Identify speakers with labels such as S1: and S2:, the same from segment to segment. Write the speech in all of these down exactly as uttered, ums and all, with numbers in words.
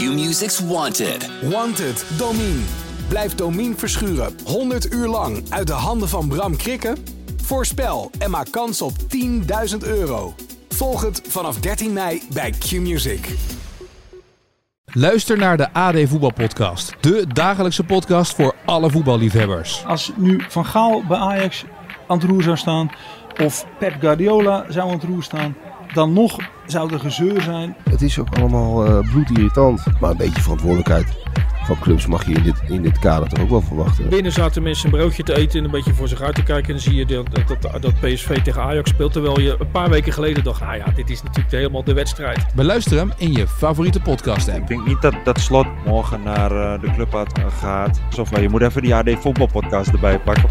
S1: Q-Music's Wanted.
S2: Wanted, Domine. Blijf Domine verschuren honderd uur lang uit de handen van Bram Krikke? Voorspel en maak kans op tienduizend euro. Volg het vanaf dertien mei bij Q-Music.
S3: Luister naar de A D Voetbalpodcast. De dagelijkse podcast voor alle voetballiefhebbers.
S4: Als nu Van Gaal bij Ajax aan het roer zou staan of Pep Guardiola zou aan het roer staan, dan nog zou er gezeur zijn.
S5: Het is ook allemaal uh, bloedirritant. Maar een beetje verantwoordelijkheid van clubs mag je in dit, in dit kader toch ook wel verwachten.
S6: Binnen zaten mensen een broodje te eten en een beetje voor zich uit te kijken. En dan zie je dat, dat, dat P S V tegen Ajax speelt. Terwijl je een paar weken geleden dacht, nou ja, dit is natuurlijk helemaal de wedstrijd.
S3: Beluister hem in je favoriete podcast app.
S7: Ik denk niet dat, dat Slot morgen naar uh, de club gaat. Alsof je moet even die A D Voetbalpodcast erbij pakken.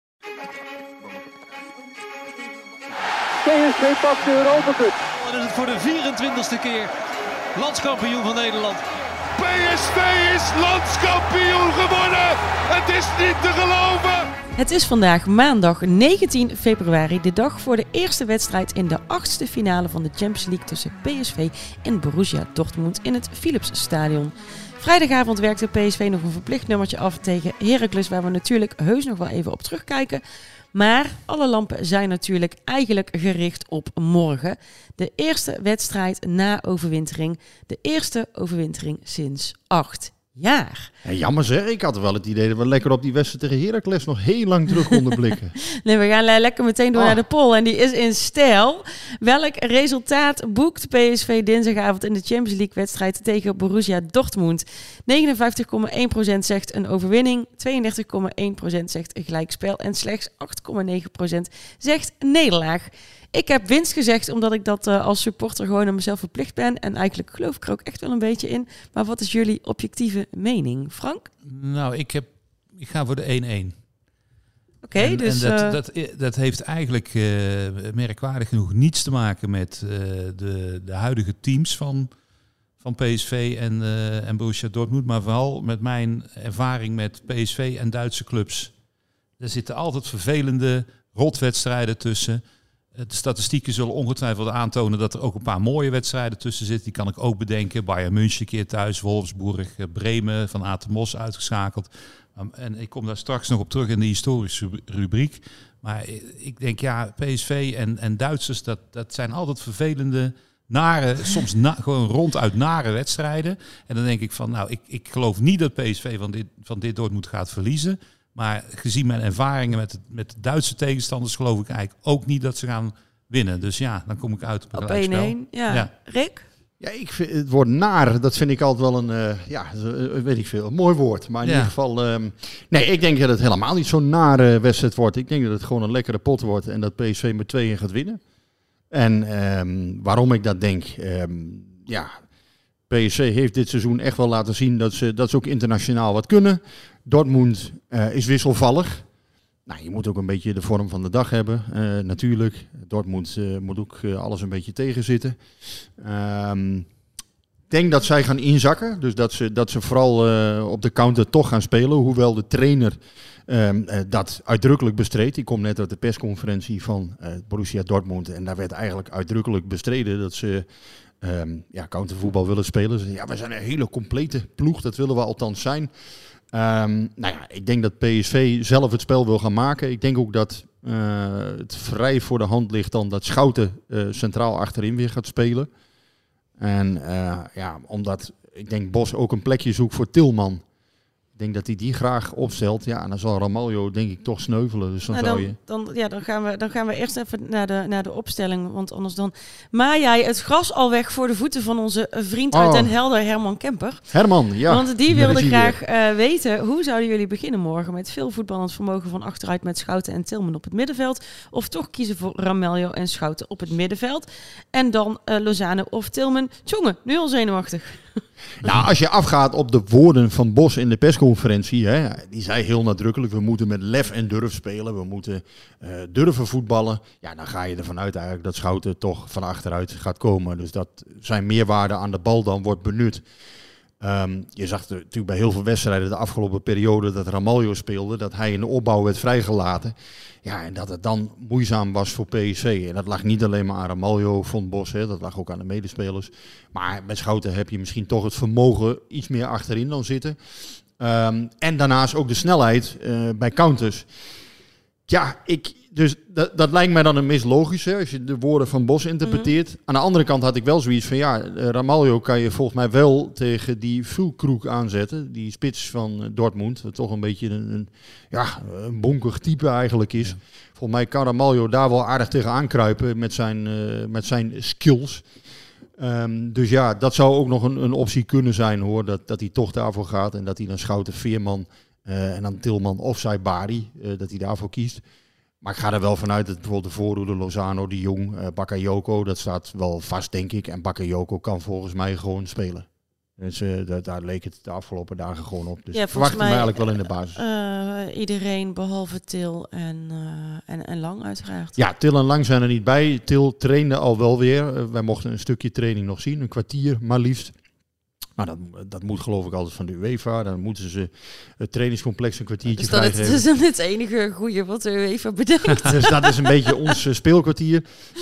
S8: P S V pakt de Europa Cup.
S9: Dan is het voor de vierentwintigste keer landskampioen van Nederland.
S10: P S V is landskampioen geworden. Het is niet te geloven.
S11: Het is vandaag maandag negentien februari, de dag voor de eerste wedstrijd in de achtste finale van de Champions League tussen P S V en Borussia Dortmund in het Philipsstadion. Vrijdagavond werkte P S V nog een verplicht nummertje af tegen Heracles, waar we natuurlijk heus nog wel even op terugkijken. Maar alle lampen zijn natuurlijk eigenlijk gericht op morgen. De eerste wedstrijd na overwintering. De eerste overwintering sinds acht jaar.
S12: Ja, jammer zeg, ik had wel het idee dat we lekker op die wedstrijd tegen Heracles nog heel lang terug konden blikken.
S11: Nee, we gaan lekker meteen door oh. naar de poll en die is in stijl. Welk resultaat boekt P S V dinsdagavond in de Champions League wedstrijd tegen Borussia Dortmund? negenenvijftig komma één procent zegt een overwinning, tweeëndertig komma één procent zegt een gelijkspel en slechts acht komma negen procent zegt nederlaag. Ik heb winst gezegd omdat ik dat uh, als supporter gewoon aan mezelf verplicht ben. En eigenlijk geloof ik er ook echt wel een beetje in. Maar wat is jullie objectieve mening, Frank?
S3: Nou, ik, heb, ik ga voor de één-één.
S11: Oké, okay, dus...
S3: En dat,
S11: uh...
S3: dat, dat heeft eigenlijk uh, merkwaardig genoeg niets te maken met uh, de, de huidige teams van, van P S V en, uh, en Borussia Dortmund. Maar vooral met mijn ervaring met P S V en Duitse clubs. Er zitten altijd vervelende rotwedstrijden tussen. De statistieken zullen ongetwijfeld aantonen dat er ook een paar mooie wedstrijden tussen zitten. Die kan ik ook bedenken. Bayern München een keer thuis, Wolfsburg, Bremen, Van Atemos uitgeschakeld. En ik kom daar straks nog op terug in de historische rubriek. Maar ik denk, ja, P S V en, en Duitsers, dat, dat zijn altijd vervelende, nare, soms na, gewoon ronduit nare wedstrijden. En dan denk ik van, nou, ik, ik geloof niet dat P S V van dit, van dit Dortmund gaat verliezen. Maar gezien mijn ervaringen met, met de Duitse tegenstanders geloof ik eigenlijk ook niet dat ze gaan winnen. Dus ja, dan kom ik uit op een gelijkspel.
S11: één-één, ja. ja. Rick?
S12: Ja, ik vind het woord naar, dat vind ik altijd wel een, uh, ja, weet ik veel, een mooi woord. Maar in ja. ieder geval, um, nee, ik denk dat het helemaal niet zo'n nare wedstrijd wordt. Ik denk dat het gewoon een lekkere pot wordt en dat P S V met tweeën gaat winnen. En um, waarom ik dat denk, um, ja, P S V heeft dit seizoen echt wel laten zien dat ze, dat ze ook internationaal wat kunnen. Dortmund uh, is wisselvallig. Nou, je moet ook een beetje de vorm van de dag hebben, uh, natuurlijk. Dortmund uh, moet ook uh, alles een beetje tegenzitten. Um, ik denk dat zij gaan inzakken. Dus dat ze, dat ze vooral uh, op de counter toch gaan spelen. Hoewel de trainer um, uh, dat uitdrukkelijk bestreed. Ik kom net uit de persconferentie van uh, Borussia Dortmund. En daar werd eigenlijk uitdrukkelijk bestreden dat ze um, ja, countervoetbal willen spelen. Ze, ja, we zijn een hele complete ploeg. Dat willen we althans zijn. Um, nou ja, ik denk dat P S V zelf het spel wil gaan maken. Ik denk ook dat uh, het vrij voor de hand ligt dan dat Schouten uh, centraal achterin weer gaat spelen. En uh, ja, omdat ik denk Bos ook een plekje zoekt voor Tilman. Ik denk dat hij die graag opstelt. Ja, en dan zal Ramaljo denk ik toch sneuvelen. Dus dan,
S11: nou, dan,
S12: zou je...
S11: dan, ja, dan, gaan we, dan gaan we eerst even naar de, naar de opstelling. Want anders dan maai jij het gras al weg voor de voeten van onze vriend uit
S12: oh.
S11: Den Helder, Herman Kemper.
S12: Herman, ja.
S11: Want die wilde graag uh, weten, hoe zouden jullie beginnen morgen met veel voetballend vermogen van achteruit met Schouten en Tilman op het middenveld? Of toch kiezen voor Ramaljo en Schouten op het middenveld? En dan uh, Lozano of Tilman. Tjonge, nu al zenuwachtig.
S12: Nou, als je afgaat op de woorden van Bos in de persconferentie, hè, die zei heel nadrukkelijk, we moeten met lef en durf spelen, we moeten uh, durven voetballen. Ja, dan ga je ervan uit eigenlijk dat Schouten toch van achteruit gaat komen. Dus dat zijn meerwaarde aan de bal dan wordt benut. Um, je zag er, natuurlijk bij heel veel wedstrijden de afgelopen periode dat Ramaljo speelde, dat hij in de opbouw werd vrijgelaten. Ja, en dat het dan moeizaam was voor P S V. En dat lag niet alleen maar aan Ramaljo, Von Bos, hè, dat lag ook aan de medespelers. Maar bij Schouten heb je misschien toch het vermogen iets meer achterin dan zitten. Um, en daarnaast ook de snelheid uh, bij counters. Ja, ik, dus dat, dat lijkt mij dan een meest logisch, hè, als je de woorden van Bos interpreteert. Mm-hmm. Aan de andere kant had ik wel zoiets van, ja, Ramaljo kan je volgens mij wel tegen die Füllkrug aanzetten. Die spits van Dortmund, dat toch een beetje een, een, ja, een bonkig type eigenlijk is. Ja. Volgens mij kan Ramaljo daar wel aardig tegen aankruipen met zijn, uh, met zijn skills. Um, dus ja, dat zou ook nog een, een optie kunnen zijn, hoor. Dat, dat hij toch daarvoor gaat en dat hij dan Schouten, Veerman uh, en dan Tilman of Saibari, uh, dat hij daarvoor kiest. Maar ik ga er wel vanuit dat bijvoorbeeld de voorhoede Lozano, De Jong, uh, Bakayoko, dat staat wel vast, denk ik. En Bakayoko kan volgens mij gewoon spelen. Dus uh, dat, daar leek het de afgelopen dagen gewoon op. Dus
S11: ja,
S12: verwacht ik
S11: mij,
S12: hem eigenlijk wel in de basis.
S11: Uh, iedereen behalve Til en, uh, en, en Lang uiteraard.
S12: Ja, Til en Lang zijn er niet bij. Til trainde al wel weer. Uh, wij mochten een stukje training nog zien, een kwartier maar liefst. Maar dat, dat moet geloof ik altijd van de UEFA. Dan moeten ze het trainingscomplex een kwartiertje
S11: dus dat
S12: vrijgeven.
S11: Het is dan het enige goede wat de UEFA bedenkt.
S12: Dus dat is een beetje ons uh, speelkwartier.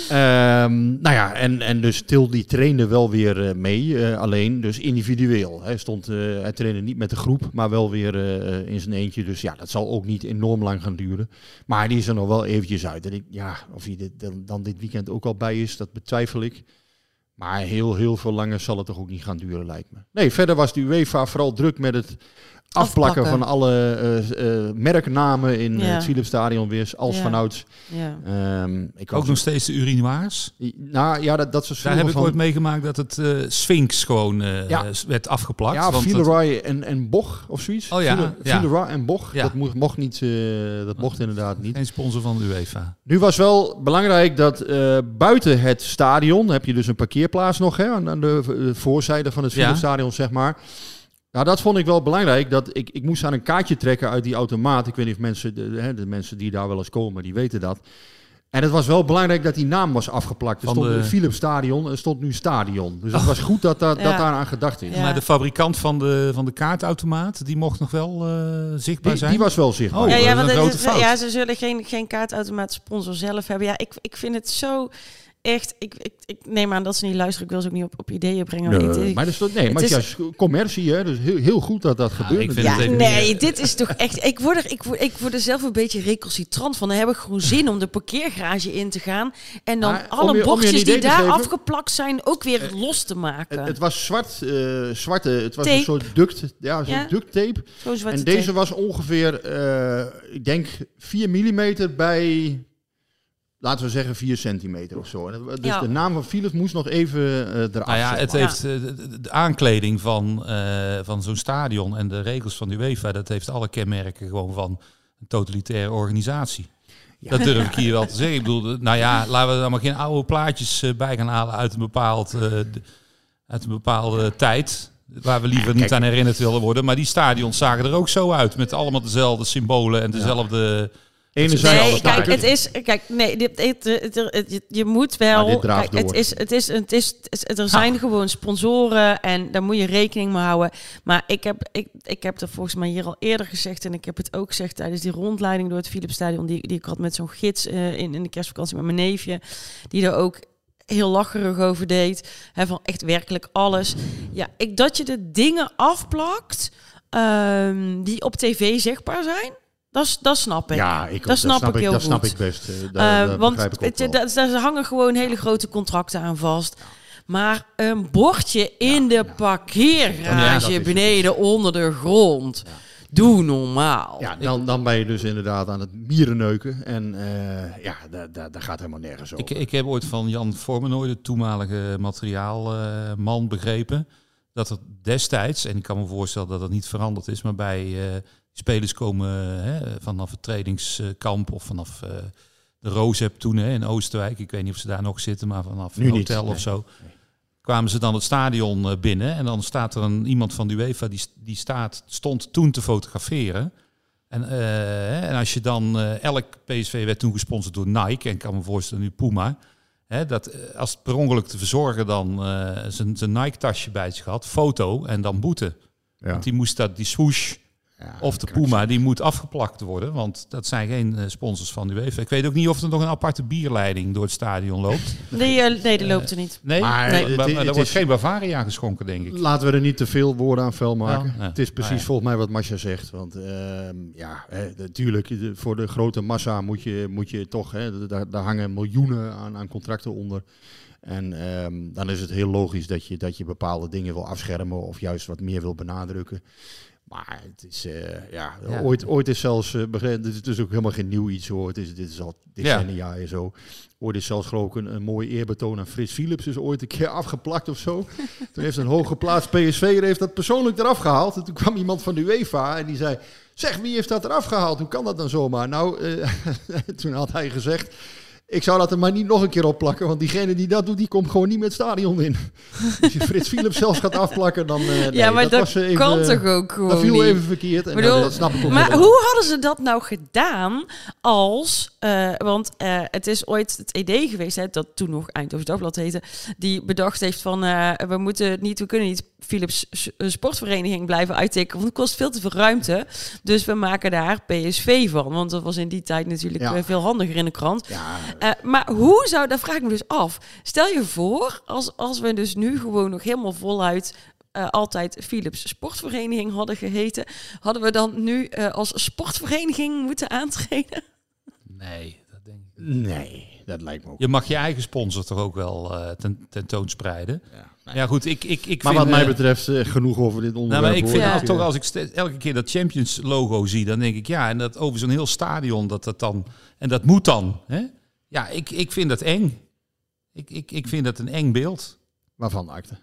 S12: Um, nou ja, en, en dus Til die trainde wel weer uh, mee. Uh, alleen, dus individueel. Hij, stond, uh, hij trainde niet met de groep, maar wel weer uh, in zijn eentje. Dus ja, dat zal ook niet enorm lang gaan duren. Maar die is er nog wel eventjes uit. En ik, ja, of hij dit, dan, dan dit weekend ook al bij is, dat betwijfel ik. Maar heel, heel veel langer zal het toch ook niet gaan duren, lijkt me. Nee, verder was de UEFA vooral druk met het afplakken, afplakken. van alle uh, uh, merknamen in ja. het Philipsstadion weer, als ja. vanouds.
S11: Ja.
S3: Um, ik ook nog steeds de urinoirs?
S12: Nou ja, dat, dat soort
S3: Daar heb ik
S12: van...
S3: ooit meegemaakt dat het uh, Sphinx gewoon uh, ja. werd afgeplakt.
S12: Ja, Villeroy het... en, en Boch of zoiets.
S3: Oh ja.
S12: Villeroy
S3: ja.
S12: en Boch, ja. dat mocht, mocht niet, uh, dat mocht inderdaad niet.
S3: Geen sponsor van de UEFA.
S12: Nu was wel belangrijk dat uh, buiten het stadion heb je dus een parkeerplaats nog, hè, aan de uh, voorzijde van het Philipsstadion, ja. zeg maar. Nou, dat vond ik wel belangrijk. Dat ik, ik moest aan een kaartje trekken uit die automaat. Ik weet niet of mensen, de, de, de mensen die daar wel eens komen, die weten dat. En het was wel belangrijk dat die naam was afgeplakt. Er stond de Philipsstadion, er stond nu Stadion. Dus het oh. was goed dat, dat, ja. dat daar aan gedacht is.
S3: Ja. Maar de fabrikant van de, van de kaartautomaat, die mocht nog wel uh, zichtbaar
S12: die,
S3: zijn?
S12: Die was wel zichtbaar.
S11: Oh, ja, ja, want een het, ja, ze zullen geen, geen kaartautomaat sponsor zelf hebben. Ja, ik, ik vind het zo... Echt, ik, ik, ik neem aan dat ze niet luisteren. Ik wil ze ook niet op, op ideeën brengen.
S12: Nee,
S11: niet. Ik,
S12: maar dat is, nee, maar het is juist commercie, hè? Dus heel, heel goed dat dat ja, gebeurt.
S11: Ja, nee, niet, dit is toch echt... Ik word, er, ik, word, ik word er zelf een beetje recalcitrant van. Dan heb ik gewoon zin om de parkeergarage in te gaan. En dan maar, alle je, bochtjes die daar geven, afgeplakt zijn ook weer uh, los te maken.
S12: Het, het was zwart, uh, zwarte... Het was tape. Een soort duct, ja, zo'n ja. duct tape. Zo en deze tape. was ongeveer, uh, ik denk, vier millimeter bij... Laten we zeggen vier centimeter of zo. Dus ja. de naam van Philips moest nog even uh, eraf.
S3: Nou ja, het
S12: maar.
S3: heeft uh, de, de aankleding van, uh, van zo'n stadion en de regels van de UEFA, dat heeft alle kenmerken gewoon van een totalitaire organisatie. Ja. Dat durf ik hier wel te zeggen. Ik bedoel, nou ja, laten we er maar geen oude plaatjes uh, bij gaan halen uit een, bepaald, uh, de, uit een bepaalde tijd, waar we liever ja, niet aan herinnerd willen worden. Maar die stadions zagen er ook zo uit, met allemaal dezelfde symbolen en dezelfde... Ja.
S11: Nee, kijk, het is, kijk, nee, dit, het, het, het, het, je moet wel, kijk, het is, het is, het is, het, er zijn ha. gewoon sponsoren en daar moet je rekening mee houden. Maar ik heb, ik, ik heb er volgens mij hier al eerder gezegd en ik heb het ook gezegd tijdens die rondleiding door het Philipsstadion die, die ik had met zo'n gids uh, in, in de kerstvakantie met mijn neefje, die er ook heel lacherig over deed, hè, van echt werkelijk alles. Ja, ik, dat je de dingen afplakt um, die op tv zichtbaar zijn. Dat, dat snap ik.
S12: Ja, ik
S11: dat, snap,
S12: dat snap
S11: ik heel
S12: dat
S11: goed.
S12: snap ik best. Uh, daar, uh,
S11: want
S12: ik
S11: weet je, daar, daar hangen gewoon hele grote contracten aan vast. Maar een bordje in ja, de parkeergarage ja, beneden onder de grond. Ja. Doe normaal.
S12: Ja, dan, dan ben je dus inderdaad aan het mierenneuken. En uh, ja, dat da, da gaat helemaal nergens over.
S3: Ik, ik heb ooit van Jan Vormenoy, de toenmalige materiaalman, uh, begrepen dat er destijds, en ik kan me voorstellen dat dat niet veranderd is, maar bij... Uh, spelers komen hè, vanaf het trainingskamp of vanaf uh, de Rozep toen hè, in Oosterwijk. Ik weet niet of ze daar nog zitten, maar vanaf
S12: nu
S3: een hotel
S12: niet,
S3: of
S12: nee.
S3: zo. Kwamen ze dan het stadion uh, binnen en dan staat er een, iemand van de UEFA die, die staat, stond toen te fotograferen. En, uh, en als je dan, uh, elk P S V werd toen gesponsord door Nike en ik kan me voorstellen nu Puma. Hè, dat als het per ongeluk te verzorgen dan uh, zijn, zijn Nike-tasje bij zich had, foto en dan boete. Ja. Want die moest dat, die swoosh ja, of de Puma, die moet afgeplakt worden. Want dat zijn geen uh, sponsors van de UEFA. Ik weet ook niet of er nog een aparte bierleiding door het stadion loopt.
S11: Nee, uh, nee dat loopt er niet.
S3: Uh, nee,
S12: maar,
S3: nee.
S12: Het,
S3: maar,
S12: het,
S3: maar er
S12: het
S3: wordt
S12: is,
S3: geen Bavaria geschonken, denk ik.
S12: Laten we er niet te veel woorden aan vuil maken.
S3: Ja, ja.
S12: Het is precies ah, ja. volgens mij wat Masha zegt. Want uh, ja, hè, natuurlijk, de, voor de grote massa moet je, moet je toch... Hè, daar, daar hangen miljoenen aan, aan contracten onder. En um, dan is het heel logisch dat je, dat je bepaalde dingen wil afschermen of juist wat meer wil benadrukken. Maar het is, uh, ja, ja, ooit, ooit is zelfs, uh, begrepen, dit is dus ook helemaal geen nieuw iets hoor. Het is, dit is al decennia en zo. Ooit is zelfs geloof ik een, een mooi eerbetoon aan Frits Philips is ooit een keer afgeplakt of zo. Toen heeft een hooggeplaatst P S V'er heeft dat persoonlijk eraf gehaald. En toen kwam iemand van de UEFA en die zei, zeg, wie heeft dat eraf gehaald? Hoe kan dat dan zomaar? Nou, uh, toen had hij gezegd, ik zou dat er maar niet nog een keer opplakken, want diegene die dat doet, die komt gewoon niet met het stadion in. Als je Frits Philips zelfs gaat afplakken, dan... Uh, nee,
S11: ja, maar
S12: dat,
S11: dat
S12: was even,
S11: kan toch ook gewoon
S12: Dat viel
S11: niet.
S12: even verkeerd. En
S11: bedoel,
S12: nou, dat snap ik ook
S11: maar
S12: wel.
S11: hoe hadden ze dat nou gedaan als... Uh, want uh, het is ooit het idee geweest, hè, dat toen nog Eindhoven Dagblad heette, die bedacht heeft van, uh, we moeten niet, we kunnen niet Philips sportvereniging blijven uittikken, want het kost veel te veel ruimte. Dus we maken daar P S V van, want dat was in die tijd natuurlijk ja. veel handiger in de krant. Ja. Uh, maar hoe zou, dat vraag ik me dus af. Stel je voor, als, als we dus nu gewoon nog helemaal voluit uh, altijd Philips sportvereniging hadden geheten, hadden we dan nu uh, als sportvereniging moeten aantreden?
S3: Nee, dat denk ik niet.
S12: Nee, dat lijkt me ook.
S3: Je mag je eigen sponsor toch ook wel uh, ten, tentoonspreiden. Ja, nee. ja, goed, ik, ik, ik
S12: maar
S3: vind...
S12: wat mij
S3: uh,
S12: betreft uh, genoeg over dit onderwerp.
S3: Nou, maar ik vind
S11: ja.
S3: toch, als ik st- elke keer dat Champions logo zie, dan denk ik, ja, en dat over zo'n heel stadion, dat dat dan... En dat moet dan, hè? Ja, ik, ik vind dat eng. Ik, ik, ik vind dat een eng beeld.
S12: Waarvan akte?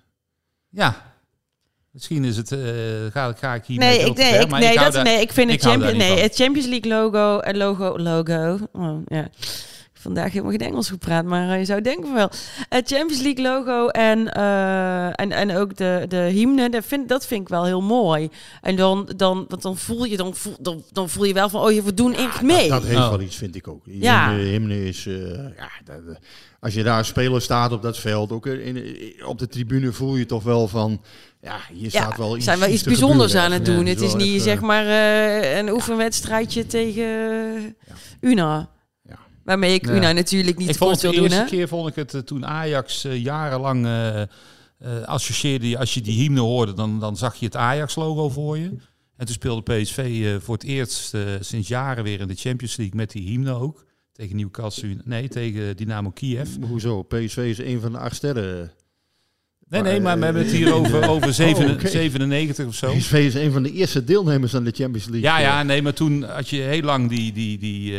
S3: Ja. Misschien is het, uh, ga, ga ik hier
S11: nee,
S3: ik,
S11: nee,
S3: ver,
S11: ik, nee,
S3: ik,
S11: dat,
S3: daar,
S11: nee, ik vind
S3: ik
S11: het, Champions, nee,
S3: van.
S11: het Champions League logo, het logo, logo. Oh, ja. Vandaag helemaal geen Engels gepraat, maar je zou denken wel. Het Champions League logo en, uh, en, en ook de, de hymne, dat vind, dat vind ik wel heel mooi. En dan, dan, want dan voel je dan voel, dan, dan voel je wel van, oh, je doen echt mee.
S12: Dat, dat heeft
S3: oh.
S12: wel iets, vind ik ook. De
S11: ja.
S12: hymne, hymne is, uh, ja, dat, uh, als je daar een speler staat op dat veld, ook in, in, op de tribune voel je toch wel van, ja, hier staat
S11: ja,
S12: wel iets.
S11: zijn wel iets,
S12: iets
S11: bijzonders
S12: gebeuren.
S11: aan het doen.
S12: Ja,
S11: het is niet
S12: echt,
S11: zeg maar uh, een oefenwedstrijdje tegen ja. Una. Waarmee ik ja. Una natuurlijk niet kort wil doen.
S3: De eerste
S11: hè?
S3: keer vond ik het uh, toen Ajax uh, jarenlang uh, uh, associeerde. Als je die hymne hoorde, dan, dan zag je het Ajax-logo voor je. En toen speelde P S V uh, voor het eerst uh, sinds jaren weer in de Champions League met die hymne ook. Tegen Newcastle, nee, tegen Dynamo Kiev.
S12: Hoezo? P S V is een van de acht sterren.
S3: Nee, nee, maar we hebben het hier over, over zeven, oh, okay. zevenennegentig of zo.
S12: P S V is een van de eerste deelnemers aan de Champions League.
S3: Ja, ja, nee, maar toen had je heel lang die... die, die uh,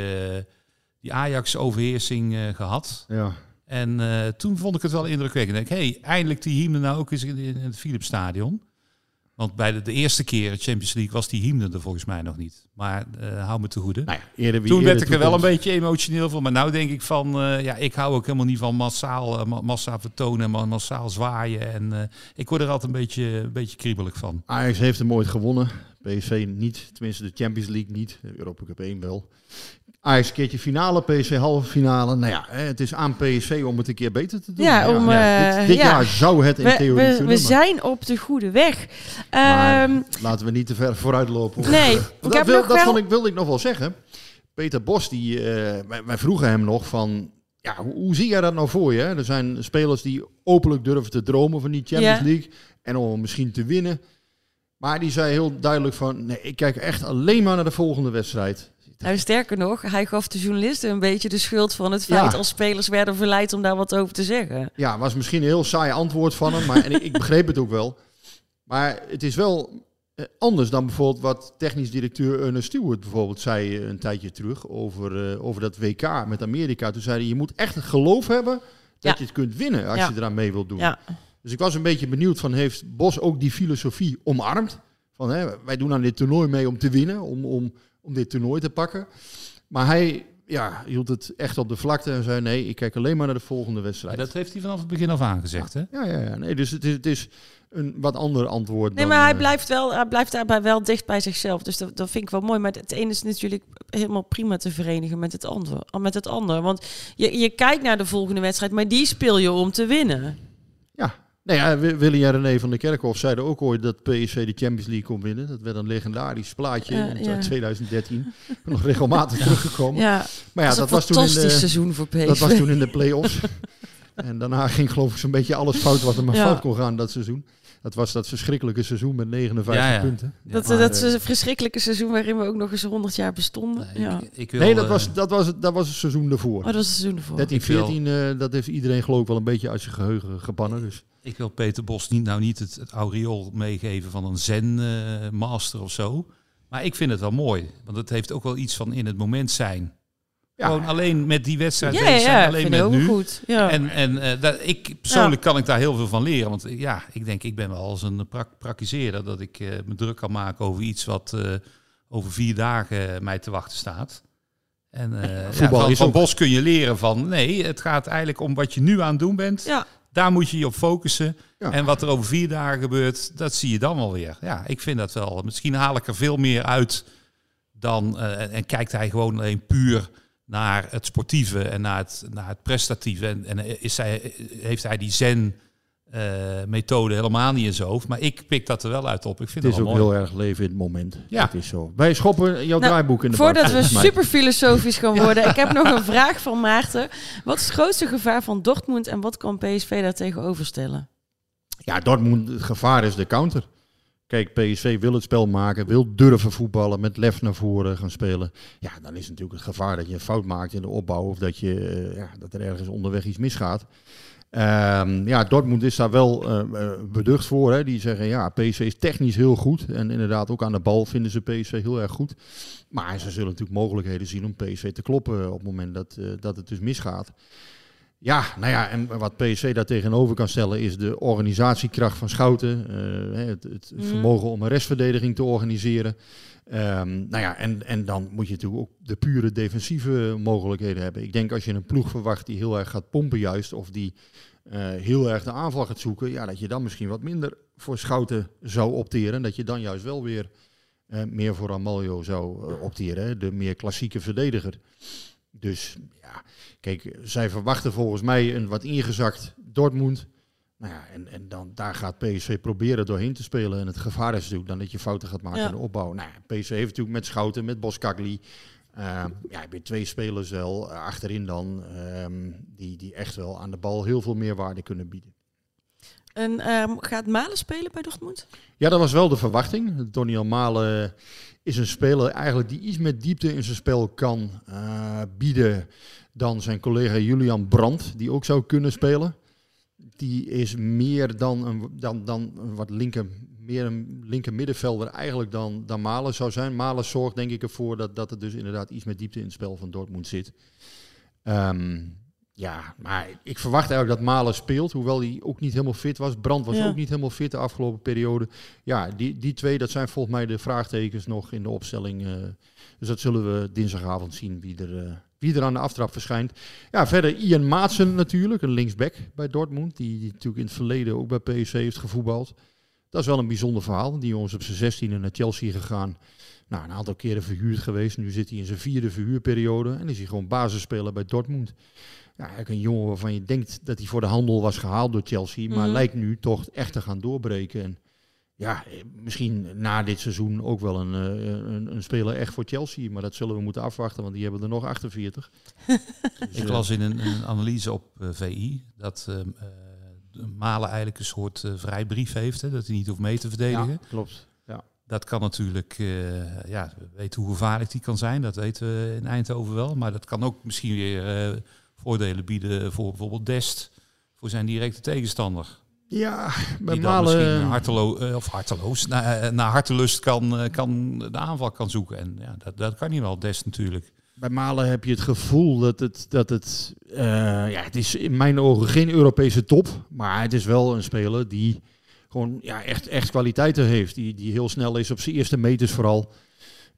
S3: die Ajax-overheersing uh, gehad.
S12: Ja.
S3: En uh, toen vond ik het wel indrukwekkend. Ik denk, hé, hey, eindelijk die hymne nou ook eens in, in het Philipsstadion. Want bij de, de eerste keer Champions League was die hymne er volgens mij nog niet. Maar uh, hou me te goede.
S12: Nou ja, eerder,
S3: toen
S12: eerder
S3: werd ik er wel
S12: toekomst.
S3: een beetje emotioneel van. Maar nou denk ik van, uh, ja, ik hou ook helemaal niet van massaal, uh, massaal vertonen en massaal zwaaien. En uh, ik word er altijd een beetje, een beetje kriebelig van.
S12: Ajax heeft hem ooit gewonnen. P S V niet. Tenminste de Champions League niet. De Europa Cup één wel. Ajax een keertje finale, P S V halve finale. Nou ja, het is aan P S V om het een keer beter te doen.
S11: Ja, om,
S12: ja,
S11: uh,
S12: dit dit
S11: ja.
S12: jaar zou het in
S11: we,
S12: theorie
S11: we,
S12: kunnen.
S11: We
S12: maar.
S11: zijn op de goede weg.
S12: Maar
S11: um,
S12: laten we niet te ver vooruit lopen.
S11: Nee,
S12: uh, dat
S11: heb
S12: wil,
S11: nog
S12: dat
S11: wel...
S12: vond ik, wilde ik nog wel zeggen. Peter Bos, die, uh, wij, wij vroegen hem nog van... Ja, hoe, hoe zie jij dat nou voor je? Hè? Er zijn spelers die openlijk durven te dromen van die Champions
S11: ja.
S12: League. En om misschien te winnen. Maar die zei heel duidelijk van... Nee, ik kijk echt alleen maar naar de volgende wedstrijd.
S11: Nou, sterker nog, hij gaf de journalisten een beetje de schuld van het feit...
S12: Ja.
S11: als spelers werden verleid om daar wat over te zeggen.
S12: Ja, was misschien een heel saai antwoord van hem. Maar, en ik, ik begreep het ook wel. Maar het is wel eh, anders dan bijvoorbeeld wat technisch directeur Ernest Stewart bijvoorbeeld zei uh, een tijdje terug over, uh, over dat W K met Amerika. Toen zei hij, je moet echt het geloof hebben dat
S11: ja.
S12: je het kunt winnen als
S11: ja.
S12: je eraan mee wilt doen.
S11: Ja.
S12: Dus ik was een beetje benieuwd van, heeft Bos ook die filosofie omarmd? Van, hè, wij doen aan dit toernooi mee om te winnen, om, om, om dit toernooi te pakken. Maar hij, ja, hield het echt op de vlakte en zei nee, ik kijk alleen maar naar de volgende wedstrijd.
S3: Ja, dat heeft hij vanaf het begin af aan gezegd,
S12: ja.
S3: hè?
S12: Ja, ja, ja. Nee, dus het is, het is een wat ander antwoord.
S11: Nee,
S12: dan,
S11: maar hij
S12: uh,
S11: blijft, wel, hij blijft daarbij wel dicht bij zichzelf. Dus dat, dat vind ik wel mooi. Maar het ene is natuurlijk helemaal prima te verenigen met het andere. Met het andere. Want je, je kijkt naar de volgende wedstrijd, maar die speel je om te winnen.
S12: Ja. Nou ja, Willy en René van der Kerkhof zeiden ook ooit dat P S V de Champions League kon winnen. Dat werd een legendarisch plaatje uh, in ja. twintig dertien. Nog regelmatig ja. teruggekomen.
S11: Ja,
S12: maar ja,
S11: dat,
S12: dat
S11: was
S12: toen in de
S11: seizoen voor P S V.
S12: Dat was toen in de play-offs. En daarna ging geloof ik zo'n beetje alles fout wat er maar ja. fout kon gaan dat seizoen. Dat was dat verschrikkelijke seizoen met negenenvijftig
S3: ja, ja.
S12: punten.
S11: Ja, dat
S12: maar,
S11: dat uh, verschrikkelijke seizoen waarin we ook nog eens honderd jaar bestonden.
S3: Nee,
S11: ja.
S3: ik, ik wil,
S12: nee dat, was, dat, was, dat was het seizoen daarvoor.
S11: Oh, dat was het seizoen daarvoor.
S12: dertien veertien, uh, dat heeft iedereen geloof ik wel een beetje uit zijn geheugen gebannen. Dus.
S3: Ik wil Peter Bos niet, nou niet het, het aureool meegeven van een zen-master uh, of zo. Maar ik vind het wel mooi. Want het heeft ook wel iets van in het moment zijn. Ja. Gewoon alleen met die wedstrijd
S11: ja,
S3: bezig zijn,
S11: ja,
S3: alleen met nu.
S11: Goed. Ja.
S3: En, en uh, dat, ik persoonlijk ja. kan ik daar heel veel van leren. Want ja, ik denk, ik ben wel als een prak- praktiseerder dat ik uh, me druk kan maken over iets wat uh, over vier dagen mij te wachten staat. En uh, ja, van, van Bos kun je leren van, nee, het gaat eigenlijk om wat je nu aan het doen bent.
S11: Ja.
S3: Daar moet je je op focussen.
S12: Ja.
S3: En wat er over vier dagen gebeurt, dat zie je dan wel weer. Ja, ik vind dat wel. Misschien haal ik er veel meer uit dan... Uh, en kijkt hij gewoon alleen puur naar het sportieve en naar het, naar het prestatieve. En, en is hij, heeft hij die zen-methode uh, helemaal niet in zijn hoofd. Maar ik pik dat er wel uit op. Ik vind
S12: het is
S3: ook
S12: mooi. Heel erg leven in het moment. Ja. Dat is zo. Wij schoppen jouw nou, draaiboek in de
S11: voordat
S12: bak.
S11: Voordat we super filosofisch gaan worden. Ik heb nog een vraag van Maarten. Wat is het grootste gevaar van Dortmund en wat kan P S V daar tegenover stellen?
S12: Ja, Dortmund, het gevaar is de counter. Kijk, P S V wil het spel maken, wil durven voetballen, met lef naar voren gaan spelen. Ja, dan is natuurlijk het gevaar dat je een fout maakt in de opbouw of dat, je, uh, ja, dat er ergens onderweg iets misgaat. Um, ja, Dortmund is daar wel uh, uh, beducht voor. Hè. Die zeggen, ja, P S V is technisch heel goed. En inderdaad, ook aan de bal vinden ze P S V heel erg goed. Maar ze zullen natuurlijk mogelijkheden zien om P S V te kloppen op het moment dat, uh, dat het dus misgaat. Ja, nou ja, en wat P S V daar tegenover kan stellen is de organisatiekracht van Schouten. Uh, het het mm. vermogen om een restverdediging te organiseren. Um, nou ja, en, en dan moet je natuurlijk ook de pure defensieve mogelijkheden hebben. Ik denk als je een ploeg verwacht die heel erg gaat pompen juist, of die uh, heel erg de aanval gaat zoeken, ja, dat je dan misschien wat minder voor Schouten zou opteren. En dat je dan juist wel weer uh, meer voor Ramaljo zou uh, opteren, hè, de meer klassieke verdediger. Dus ja, kijk, zij verwachten volgens mij een wat ingezakt Dortmund. Nou ja, en, en dan, daar gaat P S V proberen doorheen te spelen. En het gevaar is natuurlijk dan dat je fouten gaat maken ja. in de opbouw. Nou ja, P S V heeft natuurlijk met Schouten, met Boskagli. Uh, ja, heb je twee spelers wel uh, achterin dan. Um, die, die echt wel aan de bal heel veel meerwaarde kunnen bieden.
S11: En um, gaat Malen spelen bij Dortmund?
S12: Ja, dat was wel de verwachting. Doniel Malen is een speler eigenlijk die iets meer diepte in zijn spel kan uh, bieden dan zijn collega Julian Brandt, die ook zou kunnen spelen. Die is meer dan een, dan, dan een wat linker, meer een linker middenvelder eigenlijk dan, dan Malen zou zijn. Malen zorgt denk ik ervoor dat, dat er dus inderdaad iets meer diepte in het spel van Dortmund zit. Um, ja, maar ik verwacht eigenlijk dat Malen speelt, hoewel hij ook niet helemaal fit was. Brandt was ja. ook niet helemaal fit de afgelopen periode. Ja, die, die twee, dat zijn volgens mij de vraagtekens nog in de opstelling. Uh, dus dat zullen we dinsdagavond zien wie er... Uh, Wie er aan de aftrap verschijnt. Ja, verder Ian Maatsen natuurlijk, een linksback bij Dortmund. Die, die natuurlijk in het verleden ook bij P S V heeft gevoetbald. Dat is wel een bijzonder verhaal. Die jongens op zijn zestiende naar Chelsea gegaan. Nou, een aantal keren verhuurd geweest. Nu zit hij in zijn vierde verhuurperiode. En is hij gewoon basisspeler bij Dortmund. Ja, eigenlijk een jongen waarvan je denkt dat hij voor de handel was gehaald door Chelsea. Maar mm. lijkt nu toch echt te gaan doorbreken. En ja, misschien na dit seizoen ook wel een, een, een speler echt voor Chelsea. Maar dat zullen we moeten afwachten, want die hebben er nog achtenveertig.
S3: Dus, ik las in een, een analyse op uh, V I dat uh, uh, Malen eigenlijk een soort uh, vrijbrief heeft. Hè, dat hij niet hoeft mee te verdedigen.
S12: Ja, klopt. Ja.
S3: Dat kan natuurlijk, uh, ja, we weten hoe gevaarlijk die kan zijn. Dat weten we in Eindhoven wel. Maar dat kan ook misschien weer uh, voordelen bieden voor bijvoorbeeld Dest. Voor zijn directe tegenstander.
S12: Ja, bij
S3: die dan
S12: Malen
S3: misschien hartelo- uh, of harteloos, naar, naar hartelust kan, uh, kan de aanval kan zoeken. En ja, dat, dat kan niet wel, Dest natuurlijk.
S12: Bij Malen heb je het gevoel dat het, dat het, uh, ja, het is in mijn ogen geen Europese top, maar het is wel een speler die gewoon ja, echt, echt kwaliteiten heeft. Die, die heel snel is op zijn eerste meters vooral.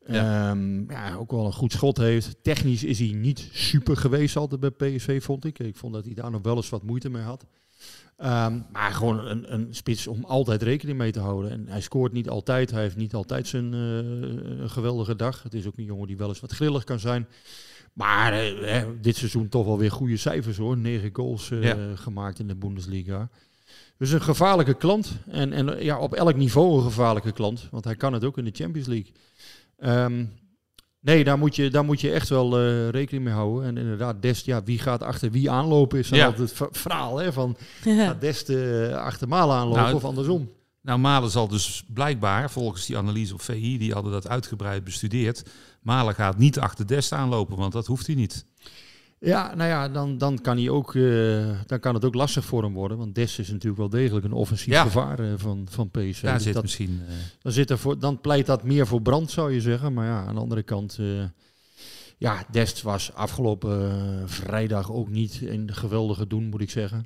S12: Ja. Um, ja, ook wel een goed schot heeft. Technisch is hij niet super geweest altijd bij P S V, vond ik. Ik vond dat hij daar nog wel eens wat moeite mee had. Um, maar gewoon een, een spits om altijd rekening mee te houden. En hij scoort niet altijd. Hij heeft niet altijd zijn uh, een geweldige dag. Het is ook een jongen die wel eens wat grillig kan zijn. Maar uh, dit seizoen toch wel weer goede cijfers hoor. Negen goals uh, ja. gemaakt in de Bundesliga. Dus een gevaarlijke klant. En, en ja, op elk niveau een gevaarlijke klant. Want hij kan het ook in de Champions League. Um, nee, daar moet je, daar moet je echt wel uh, rekening mee houden. En inderdaad, Dest, ja, wie gaat achter wie aanlopen is dan ja. altijd het verhaal. Hè, van gaat Dest uh, achter Malen aanlopen nou, of andersom?
S3: Nou, Malen zal dus blijkbaar, volgens die analyse op V I, die hadden dat uitgebreid bestudeerd. Malen gaat niet achter Dest aanlopen, want dat hoeft hij niet.
S12: Ja, nou ja, dan, dan, kan hij ook, uh, dan kan het ook lastig voor hem worden. Want Dest is natuurlijk wel degelijk een offensief ja. gevaar uh, van, van P S V.
S3: Daar
S12: dus
S3: zit
S12: dat,
S3: misschien... Uh...
S12: Dan, zit er voor, dan pleit dat meer voor Brandt, zou je zeggen. Maar ja, aan de andere kant... Uh, ja, Dest was afgelopen uh, vrijdag ook niet een geweldige doen, moet ik zeggen.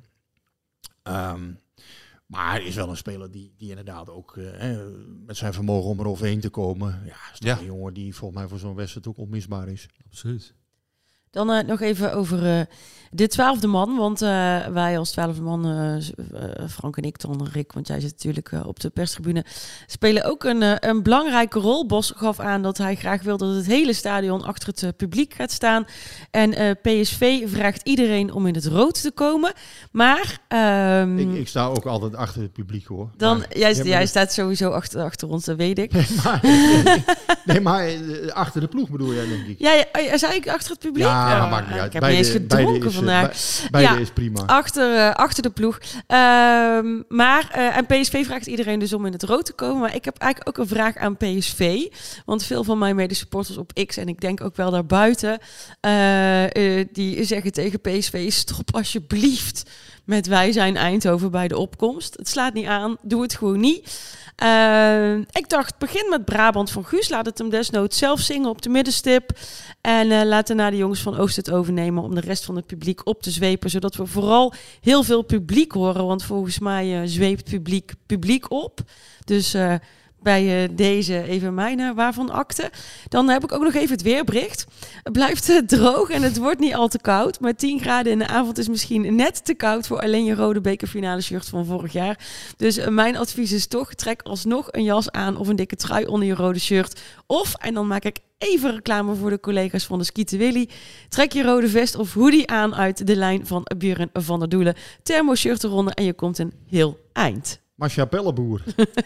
S12: Um, maar hij is wel een speler die, die inderdaad ook uh, eh, met zijn vermogen om er overheen te komen... Ja, is toch ja. een jongen die volgens mij voor zo'n wedstrijd ook onmisbaar is.
S3: Absoluut.
S11: Dan uh, nog even over uh, de twaalfde man. Want uh, wij als twaalfde man, uh, uh, Frank en ik dan, Rick, want jij zit natuurlijk uh, op de perstribune, spelen ook een, uh, een belangrijke rol. Bos gaf aan dat hij graag wil dat het hele stadion achter het uh, publiek gaat staan. En uh, P S V vraagt iedereen om in het rood te komen. Maar... Um,
S12: ik, ik sta ook altijd achter het publiek, hoor.
S11: Dan,
S12: maar,
S11: jij, jij staat sowieso achter, achter ons, dat weet ik.
S12: Nee, maar, nee, nee, maar uh, achter de ploeg bedoel jij, denk ik.
S11: Ja, ja, zei ik achter het publiek?
S12: Ja,
S11: Ja,
S12: dat maakt niet uit.
S11: Ik heb
S12: beide,
S11: niet eens gedronken
S12: is,
S11: vandaag.
S12: Be, beide
S11: ja,
S12: is prima.
S11: Achter, uh, achter de ploeg. Um, maar, uh, en P S V vraagt iedereen dus om in het rood te komen. Maar ik heb eigenlijk ook een vraag aan P S V. Want veel van mijn medesupporters op X, en ik denk ook wel daarbuiten, uh, uh, die zeggen tegen P S V, stop alsjeblieft met wij zijn Eindhoven bij de opkomst. Het slaat niet aan, doe het gewoon niet. Uh, ik dacht, begin met Brabant van Guus. Laat het hem desnoods zelf zingen op de middenstip. En uh, laat daarna de jongens van Oost het overnemen om de rest van het publiek op te zwepen. Zodat we vooral heel veel publiek horen. Want volgens mij uh, zweept publiek publiek op. Dus... Uh, bij uh, deze even mijn uh, waarvan akte. Dan heb ik ook nog even het weerbericht. Het blijft uh, droog en het wordt niet al te koud. Maar tien graden in de avond is misschien net te koud voor alleen je rode bekerfinale shirt van vorig jaar. Dus uh, mijn advies is toch, trek alsnog een jas aan of een dikke trui onder je rode shirt. Of, en dan maak ik even reclame voor de collega's van de Skieten Willy. Trek je rode vest of hoodie aan uit de lijn van Buren van der Doelen. Thermo-shirt eronder en je komt een heel eind.
S12: Marcia Pelleboer.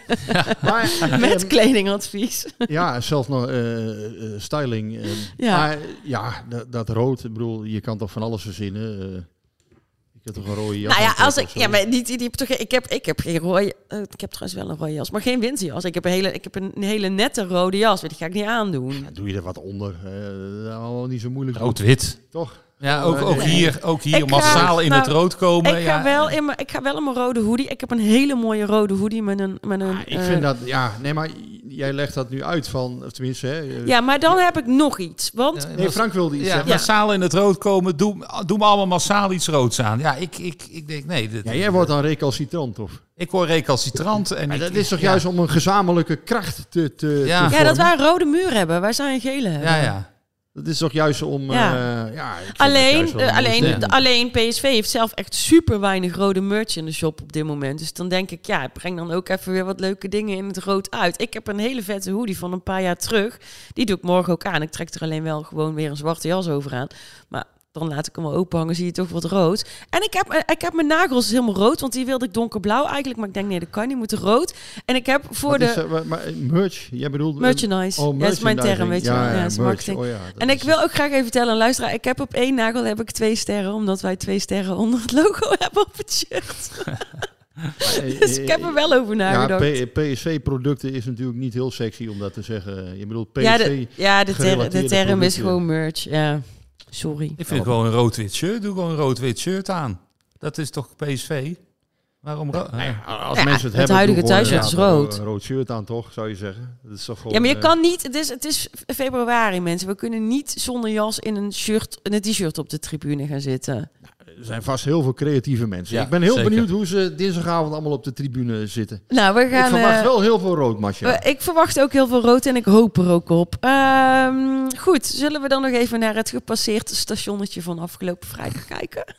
S11: maar, Met um, kledingadvies.
S12: Ja, zelfs nog uh, uh, styling. Uh, ja, maar, ja dat, dat rood. Ik bedoel, je kan toch van alles verzinnen. Uh, ik heb toch een rode jas.
S11: Nou ja, als ik, ja, maar niet, die heb toch, ik, heb, ik heb geen rode... Uh, ik heb trouwens wel een rode jas, maar geen winterjas. Ik heb een hele, ik heb een hele nette rode jas. Die ga ik niet aandoen.
S12: Ja, doe je er wat onder. Uh, dat is niet zo moeilijk.
S3: Rood-wit.
S12: Toch?
S3: Ja, ook, ook hier, ook hier massaal in nou, het rood komen.
S11: Ik ga,
S3: ja.
S11: wel in mijn, ik ga wel in mijn rode hoodie. Ik heb een hele mooie rode hoodie met een... Met een
S12: ah, ik
S11: uh,
S12: vind dat... Ja, nee, maar jij legt dat nu uit van... Of tenminste, hè.
S11: Ja, maar dan heb ik nog iets. Want...
S12: Ja, nee, Frank wilde iets
S3: ja,
S12: zeggen.
S3: Massaal in het rood komen. Doe, doe me allemaal massaal iets roods aan. Ja, ik, ik, ik denk, nee. Dit,
S12: ja, jij wordt dan recalcitrant, of?
S3: Ik word recalcitrant. En
S12: maar
S3: ik,
S12: dat is toch
S3: ja.
S12: juist om een gezamenlijke kracht te, te,
S3: ja.
S12: te
S11: ja, dat wij een rode muur hebben. Wij zijn een gele hebben.
S3: Ja, ja.
S12: Dat is toch juist om...
S11: Ja.
S12: Uh, ja, ik
S11: alleen, uh, alleen,
S12: ja.
S11: alleen P S V heeft zelf echt super weinig rode merch in de shop op dit moment. Dus dan denk ik, ja, breng dan ook even weer wat leuke dingen in het rood uit. Ik heb een hele vette hoodie van een paar jaar terug. Die doe ik morgen ook aan. Ik trek er alleen wel gewoon weer een zwarte jas over aan. Maar dan laat ik hem wel open hangen, zie je toch wat rood. En ik heb, ik heb mijn nagels helemaal rood, want die wilde ik donkerblauw eigenlijk. Maar ik denk, nee, dat kan niet, moeten rood. En ik heb voor
S12: wat
S11: de...
S12: Is, uh, maar, merch, jij bedoelt...
S11: Merchandise.
S12: Oh,
S11: ja, dat is mijn term, weet je
S12: ja,
S11: wel. Ja,
S12: ja,
S11: is
S12: merch.
S11: marketing.
S12: Oh, ja,
S11: en ik wil ook graag even vertellen, luisteraar, ik heb op één nagel heb ik twee sterren, omdat wij twee sterren onder het logo hebben op het shirt. Dus ik heb er wel over nagedacht.
S12: Ja, P S V-producten is natuurlijk niet heel sexy om dat te zeggen. Je bedoelt P S V...
S11: Ja, de, ja, de, ter, de term is gewoon merch, ja. Sorry.
S3: Ik vind oh. gewoon een rood-wit shirt. Doe gewoon een rood-wit shirt aan. Dat is toch P S V? Waarom ro-
S12: nee, als
S11: ja,
S12: mensen het,
S11: het
S12: hebben,
S11: huidige thuisshirt
S12: ja,
S11: is rood.
S12: Een rood shirt aan, toch, zou je zeggen? Dat is toch gewoon,
S11: ja, maar je
S12: uh,
S11: kan niet... Het is, het is februari, mensen. We kunnen niet zonder jas in een shirt, in een t-shirt op de tribune gaan zitten.
S12: er zijn vast heel veel creatieve mensen.
S3: Ja,
S12: ik ben heel
S3: zeker.
S12: benieuwd hoe ze dinsdagavond allemaal op de tribune zitten.
S11: Nou, we gaan,
S12: ik verwacht
S11: uh,
S12: wel heel veel rood, Masja.
S11: Uh, ik verwacht ook heel veel rood en ik hoop er ook op. Uh, goed, zullen we dan nog even naar het gepasseerd stationnetje van afgelopen vrijdag kijken?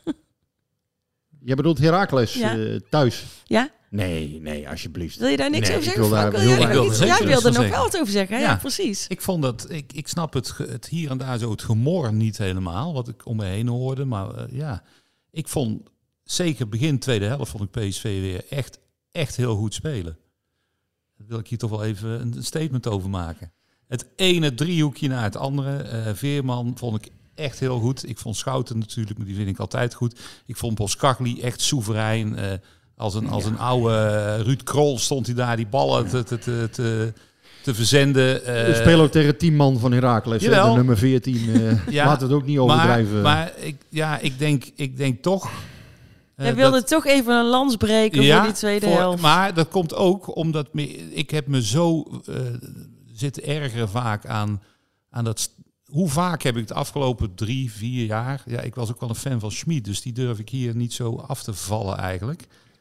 S12: Jij bedoelt Heracles
S11: ja.
S12: uh, thuis?
S11: Ja?
S12: Nee, nee, alsjeblieft.
S11: Wil je daar niks
S12: nee,
S11: over zeggen?
S12: Wil daar,
S11: wil
S12: wil
S11: jij
S12: daar,
S11: wil
S3: wil
S11: jij
S3: zeker
S11: wilde
S3: iets
S11: nog
S3: van
S11: wel wat over zeggen. Ja,
S3: ja,
S11: ja, precies.
S3: Ik vond dat, ik, ik snap het, het hier en daar zo het gemor niet helemaal, wat ik om me heen hoorde. Maar uh, ja, ik vond zeker begin tweede helft vond ik P S V weer echt, echt heel goed spelen. Daar wil ik hier toch wel even een statement over maken. Het ene driehoekje naar het andere. Uh, Veerman vond ik echt heel goed. Ik vond Schouten natuurlijk, maar die vind ik altijd goed. Ik vond Boskagli echt soeverein. Uh, als een, als ja. een oude uh, Ruud Krol stond hij daar die ballen te, te, te, te, te verzenden. Uh,
S12: We spelen ook tegen tien man van Heracles, de nummer veertien. Uh, ja, laten we het ook niet overdrijven.
S3: Maar, maar ik, ja, ik, denk, ik denk toch...
S11: Jij uh, wilde dat, toch even een lans breken ja, voor die tweede voor, helft.
S3: Maar dat komt ook omdat me, ik heb me zo uh, zitten ergeren vaak aan, aan dat... Hoe vaak heb ik het afgelopen drie, vier jaar... Ja, ik was ook wel een fan van Schmid, dus die durf ik hier niet zo af te vallen eigenlijk.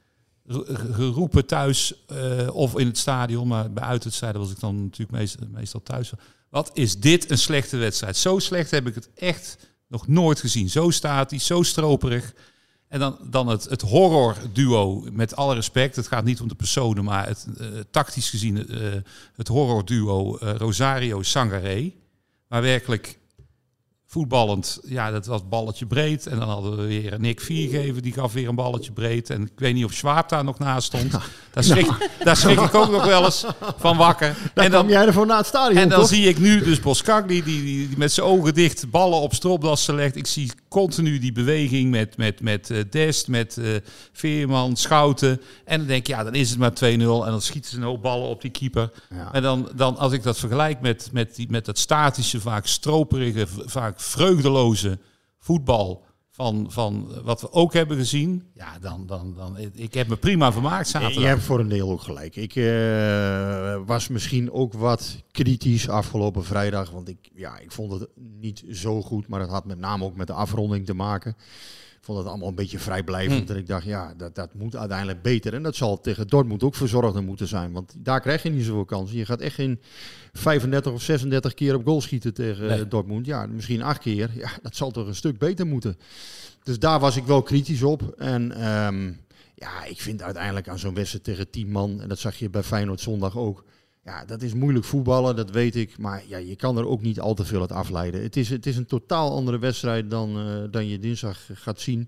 S3: Geroepen thuis uh, of in het stadion, maar bij uitwedstrijden was ik dan natuurlijk meest, meestal thuis. Wat is dit een slechte wedstrijd? Zo slecht heb ik het echt nog nooit gezien. Zo statisch, zo stroperig. En dan, dan het, het horror-duo, met alle respect. Het gaat niet om de personen, maar het, uh, tactisch gezien uh, het horror-duo uh, Rosario-Sangaré. Maar werkelijk voetballend, ja, dat was balletje breed. En dan hadden we weer Nick Viergever, die gaf weer een balletje breed. En ik weet niet of Schwab daar nog naast stond. Daar schrik, nou. daar schrik ik ook nog wel eens van wakker.
S12: Daar
S3: en dan
S12: kwam jij ervoor naar het stadion,
S3: En dan
S12: toch?
S3: zie ik nu dus Boskagli, die, die, die met zijn ogen dicht ballen op stropdassen legt. Ik zie continu die beweging met, met, met uh, Dest, met uh, Veerman, Schouten. En dan denk ik, ja, dan is het maar twee nul. En dan schieten ze een hoop ballen op die keeper. Ja. En dan, dan, als ik dat vergelijk met, met, die, met dat statische, vaak stroperige, vaak vreugdeloze voetbal van, van wat we ook hebben gezien. Ja, dan, dan, dan ik heb me prima vermaakt zaterdag.
S12: Je hebt voor een deel ook gelijk. Ik uh, was misschien ook wat kritisch afgelopen vrijdag, want ik, ja, ik vond het niet zo goed, maar dat had met name ook met de afronding te maken. Ik vond het allemaal een beetje vrijblijvend. Hm. En ik dacht, ja, dat, dat moet uiteindelijk beter. En dat zal tegen Dortmund ook verzorgder moeten zijn. Want daar krijg je niet zoveel kansen. Je gaat echt geen vijfendertig of zesendertig keer op goal schieten tegen nee. Dortmund. Ja, misschien acht keer. Ja, dat zal toch een stuk beter moeten. Dus daar was ik wel kritisch op. En um, ja, ik vind uiteindelijk aan zo'n wedstrijd tegen tien man... en dat zag je bij Feyenoord zondag ook... Ja, dat is moeilijk voetballen, dat weet ik. Maar ja, je kan er ook niet al te veel uit afleiden. Het is, het is een totaal andere wedstrijd dan, uh, dan je dinsdag gaat zien.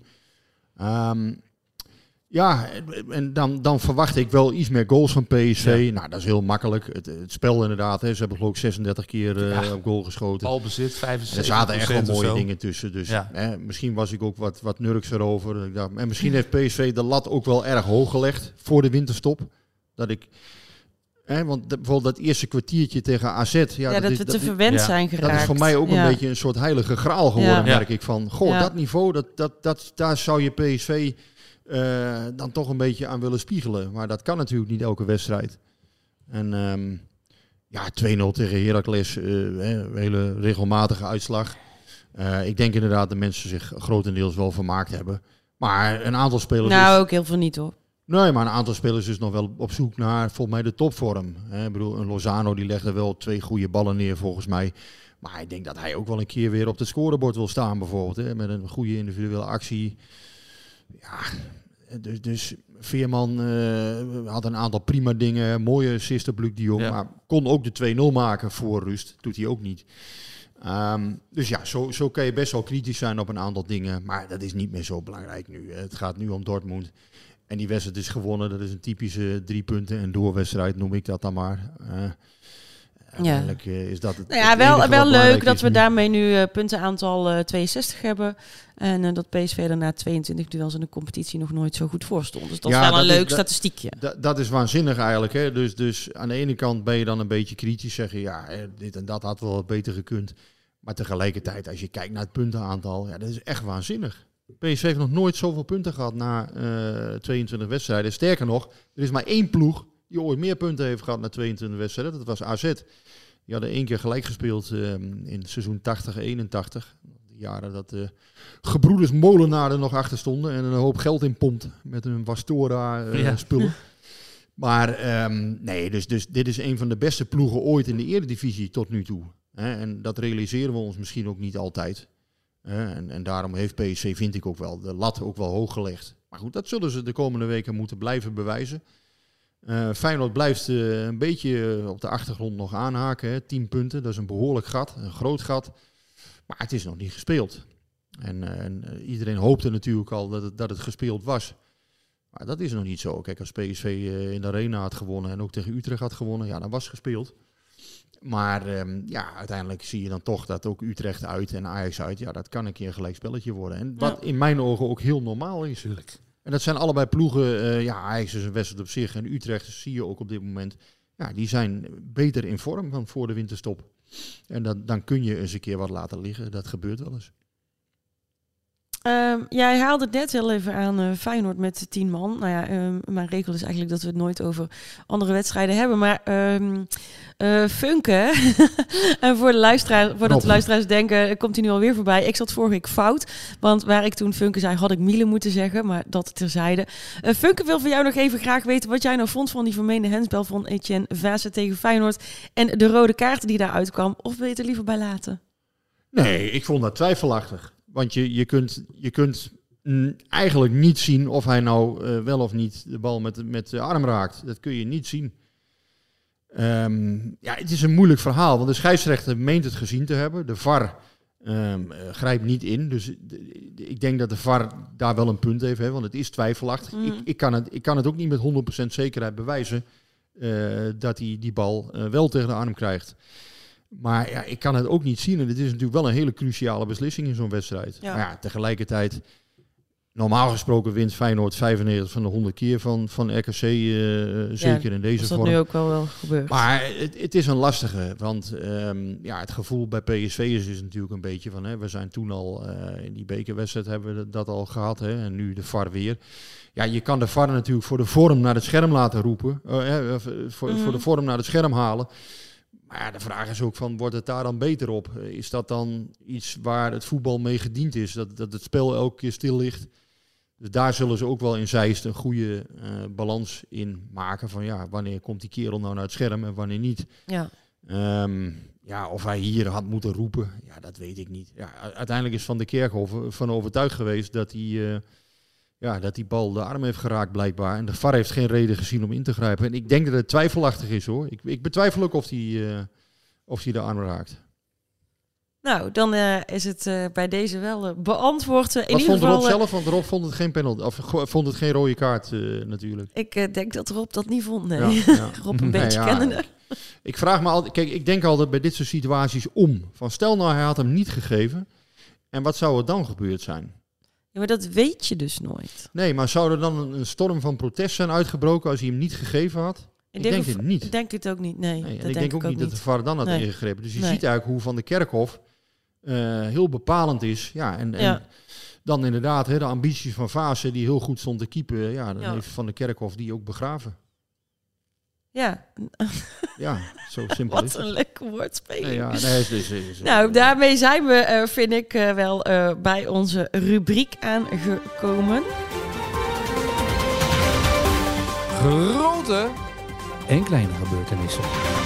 S12: Um, ja, en dan, dan verwacht ik wel iets meer goals van P S V. Ja. Nou, dat is heel makkelijk. Het, het spel inderdaad. Hè. Ze hebben geloof ik zesendertig keer uh, ja. op goal geschoten.
S3: Balbezit, vijfenzeventig
S12: procent. Er zaten echt wel mooie
S3: zo.
S12: dingen tussen. Dus
S3: ja.
S12: hè, misschien was ik ook wat, wat nurks erover. Ik dacht, en misschien heeft P S V de lat ook wel erg hoog gelegd voor de winterstop. Dat ik... He, want de, bijvoorbeeld dat eerste kwartiertje tegen A Z... Ja,
S11: ja
S12: dat,
S11: dat
S12: is,
S11: we
S12: dat
S11: te
S12: is,
S11: verwend
S12: ja,
S11: zijn geraakt.
S12: Dat is voor mij ook
S11: ja.
S12: een beetje een soort heilige graal geworden, ja. merk ik. Van, goh,
S11: ja.
S12: dat niveau, dat, dat, dat, daar zou je P S V uh, dan toch een beetje aan willen spiegelen. Maar dat kan natuurlijk niet elke wedstrijd. En um, ja, twee nul tegen Heracles, uh, een hele regelmatige uitslag. Uh, ik denk inderdaad dat mensen zich grotendeels wel vermaakt hebben. Maar een aantal spelers...
S11: Nou,
S12: is,
S11: ook heel veel niet hoor.
S12: Nee, maar een aantal spelers is nog wel op zoek naar volgens mij de topvorm. He, ik bedoel, een Lozano die legde wel twee goede ballen neer volgens mij. Maar ik denk dat hij ook wel een keer weer op het scorebord wil staan bijvoorbeeld. He, met een goede individuele actie. Ja, dus, dus Veerman uh, had een aantal prima dingen. Mooie assist op Luc de Jong. Ja. Maar kon ook de twee nul maken voor rust. Doet hij ook niet. Um, dus ja, zo, zo kan je best wel kritisch zijn op een aantal dingen. Maar dat is niet meer zo belangrijk nu. Het gaat nu om Dortmund. En die wedstrijd is gewonnen. Dat is een typische drie punten en doorwedstrijd, noem ik dat dan maar. Uh, uiteindelijk ja. is dat het.
S11: Nou ja,
S12: het
S11: wel, wel leuk dat we
S12: nu.
S11: daarmee nu uh, puntenaantal uh, tweeënzestig hebben. En uh, dat P S V er na tweeëntwintig duels in de competitie nog nooit zo goed voor stond. Dus dat ja, is wel een leuk is, statistiekje.
S12: Dat, dat, dat is waanzinnig eigenlijk. Hè? Dus, dus aan de ene kant ben je dan een beetje kritisch. Zeggen ja, hè, dit en dat had wel wat beter gekund. Maar tegelijkertijd, als je kijkt naar het puntenaantal, ja, dat is echt waanzinnig. P S V heeft nog nooit zoveel punten gehad na uh, tweeëntwintig wedstrijden. Sterker nog, er is maar één ploeg die ooit meer punten heeft gehad na tweeëntwintig wedstrijden. Dat was A Z. Die hadden één keer gelijk gespeeld uh, in het seizoen tachtig eenentachtig. die jaren dat de gebroeders Molenaar er nog achter stonden en een hoop geld in pompt met hun Wastora uh, ja. spullen. Maar um, nee, dus, dus dit is een van de beste ploegen ooit in de Eredivisie tot nu toe. Hè? En dat realiseren we ons misschien ook niet altijd. Hè? En, en daarom heeft P S V, vind ik ook wel, de lat ook wel hoog gelegd. Maar goed, dat zullen ze de komende weken moeten blijven bewijzen. Uh, Feyenoord blijft uh, een beetje op de achtergrond nog aanhaken. Hè? Tien punten, dat is een behoorlijk gat, een groot gat. Maar het is nog niet gespeeld. En, uh, en uh, iedereen hoopte natuurlijk al dat het, dat het gespeeld was. Maar dat is nog niet zo. Kijk, als P S V uh, in de Arena had gewonnen en ook tegen Utrecht had gewonnen, ja, dan was het gespeeld. Maar um, ja, uiteindelijk zie je dan toch dat ook Utrecht uit en Ajax uit, ja, dat kan een keer een gelijk spelletje worden. En wat ja. in mijn ogen ook heel normaal is. Tuurlijk. En dat zijn allebei ploegen, uh, ja, Ajax is een wedstrijd op zich en Utrecht zie je ook op dit moment, ja, die zijn beter in vorm dan voor de winterstop. En dat, dan kun je eens een keer wat laten liggen, dat gebeurt wel eens.
S11: Um, ja, hij haalde het net heel even aan uh, Feyenoord met tien man. Nou ja, um, mijn regel is eigenlijk dat we het nooit over andere wedstrijden hebben. Maar um, uh, Funke, en voor de, luisteraar, voor de luisteraars denken, komt hij nu alweer voorbij. Ik zat vorige week fout, want waar ik toen Funke zei, had ik Miele moeten zeggen. Maar dat terzijde. Uh, Funke wil van jou nog even graag weten wat jij nou vond van die vermeende hensbel van Etienne Vase tegen Feyenoord. En de rode kaart die daaruit kwam. Of wil je het er liever bij laten?
S12: Nee, ik vond dat twijfelachtig. Want je, je kunt, je kunt mm, eigenlijk niet zien of hij nou uh, wel of niet de bal met, met de arm raakt. Dat kun je niet zien. Um, ja, het is een moeilijk verhaal, want de scheidsrechter meent het gezien te hebben. De V A R um, uh, grijpt niet in. Dus de, de, ik denk dat de V A R daar wel een punt heeft, hè, want het is twijfelachtig. Mm. Ik, ik, kan het, ik kan het ook niet met honderd procent zekerheid bewijzen uh, dat hij die bal uh, wel tegen de arm krijgt. Maar ja, ik kan het ook niet zien. En het is natuurlijk wel een hele cruciale beslissing in zo'n wedstrijd. Ja. Maar ja, tegelijkertijd, normaal gesproken wint Feyenoord vijfennegentig van de honderd keer van, van R K C. Uh, ja, zeker in deze
S11: dat
S12: vorm.
S11: Dat nu ook wel, wel gebeurt.
S12: Maar het, het is een lastige. Want um, ja, het gevoel bij P S V is, is natuurlijk een beetje van... Hè, we zijn toen al uh, in die bekerwedstrijd hebben we dat al gehad. Hè, en nu de V A R weer. Ja, je kan de V A R natuurlijk voor de vorm naar het scherm laten roepen. Uh, uh, voor, mm-hmm. voor de vorm naar het scherm halen. Maar ja, de vraag is ook van, wordt het daar dan beter op? Is dat dan iets waar het voetbal mee gediend is? Dat, dat het spel elke keer stil ligt? Dus daar zullen ze ook wel in Zeist een goede uh, balans in maken. Van ja, wanneer komt die kerel nou naar het scherm en wanneer niet?
S11: Ja.
S12: Um, ja, of hij hier had moeten roepen, ja, dat weet ik niet. Ja, uiteindelijk is Van der Kerkhof van overtuigd geweest dat hij... Uh, Ja, dat die bal de arm heeft geraakt blijkbaar. En de V A R heeft geen reden gezien om in te grijpen. En ik denk dat het twijfelachtig is hoor. Ik, ik betwijfel ook of die, uh, of die de arm raakt.
S11: Nou, dan uh, is het uh, bij deze wel uh, beantwoord. Uh, in
S12: Wat
S11: ieder
S12: vond Rob
S11: geval, uh,
S12: zelf? Want Rob vond het geen penalty. Of vond het geen rode kaart uh, natuurlijk.
S11: Ik uh, denk dat Rob dat niet vond, nee.
S12: Ja, ja.
S11: Rob een beetje
S12: nee, ja.
S11: kennende.
S12: Ik vraag me altijd... Kijk, ik denk altijd bij dit soort situaties om. Van stel nou, hij had hem niet gegeven. En wat zou er dan gebeurd zijn?
S11: Ja, maar dat weet je dus nooit.
S12: Nee, maar zou er dan een, een storm van protest zijn uitgebroken als hij hem niet gegeven had? Ik denk, denk het niet.
S11: Ik denk het ook niet, nee.
S12: nee
S11: dat
S12: en ik denk ook, ook niet dat de V A R dan had
S11: nee.
S12: ingegrepen. Dus je
S11: nee.
S12: ziet eigenlijk hoe Van der Kerkhof uh, heel bepalend is. Ja, en, en
S11: ja.
S12: dan inderdaad hè, de ambities van Vase die heel goed stond te keepen. Ja, dan ja. heeft Van der Kerkhof die ook begraven.
S11: Ja.
S12: Ja, zo simpel is
S11: het. Wat een lekker woordspeling.
S12: Nee, ja, nee, is, is, is, is,
S11: nou, daarmee zijn we, uh, vind ik, uh, wel uh, bij onze rubriek aangekomen.
S2: Grote en kleine gebeurtenissen.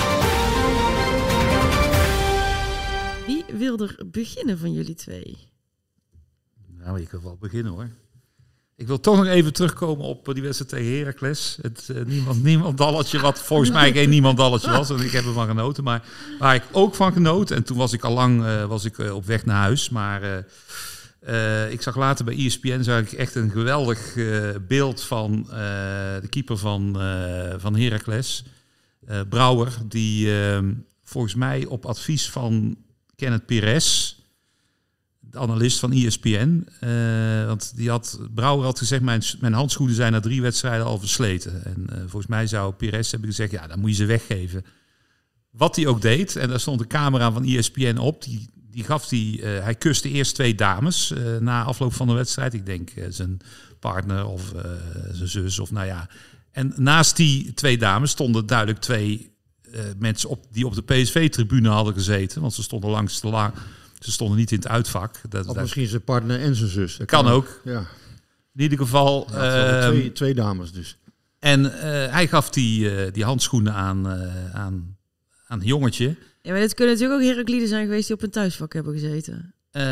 S11: Wie wil er beginnen van jullie twee?
S3: Nou, ik wil wel beginnen hoor. Ik wil toch nog even terugkomen op die wedstrijd tegen Heracles. Het uh, niemand, niemandalletje, wat volgens mij geen niemandalletje was. En ik heb ervan genoten. Maar waar ik ook van genoot, en toen was ik al lang uh, was ik, uh, op weg naar huis. Maar uh, uh, ik zag later bij E S P N zag ik echt een geweldig uh, beeld van uh, de keeper van, uh, van Heracles. Uh, Brouwer, die uh, volgens mij op advies van Kenneth Pires... de analist van E S P N. Uh, want die had, Brouwer had gezegd, mijn, mijn handschoenen zijn na drie wedstrijden al versleten. En uh, volgens mij zou Pires hebben gezegd, ja, dan moet je ze weggeven. Wat hij ook deed, en daar stond de camera van E S P N op, die, die gaf die, uh, hij kuste eerst twee dames uh, na afloop van de wedstrijd. Ik denk uh, zijn partner of uh, zijn zus of nou ja. En naast die twee dames stonden duidelijk twee uh, mensen op, die op de P S V-tribune hadden gezeten. Want ze stonden langs de la- Ze stonden niet in het uitvak. Dat,
S12: of
S3: dat
S12: misschien zijn partner en zijn zus. Dat
S3: kan, kan ook.
S12: Ja.
S3: In ieder geval...
S12: Ja,
S3: uh,
S12: twee, twee dames dus.
S3: En uh, hij gaf die, uh, die handschoenen aan, uh, aan, aan het jongetje.
S11: Ja, maar dat kunnen natuurlijk ook Herakliden zijn geweest die op een thuisvak hebben gezeten.
S3: Uh,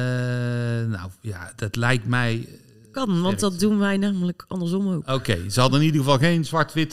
S3: nou ja, dat lijkt mij...
S11: Kan, want werkt. Dat doen wij namelijk andersom ook.
S3: Oké, okay, ze hadden in ieder geval geen zwart-wit...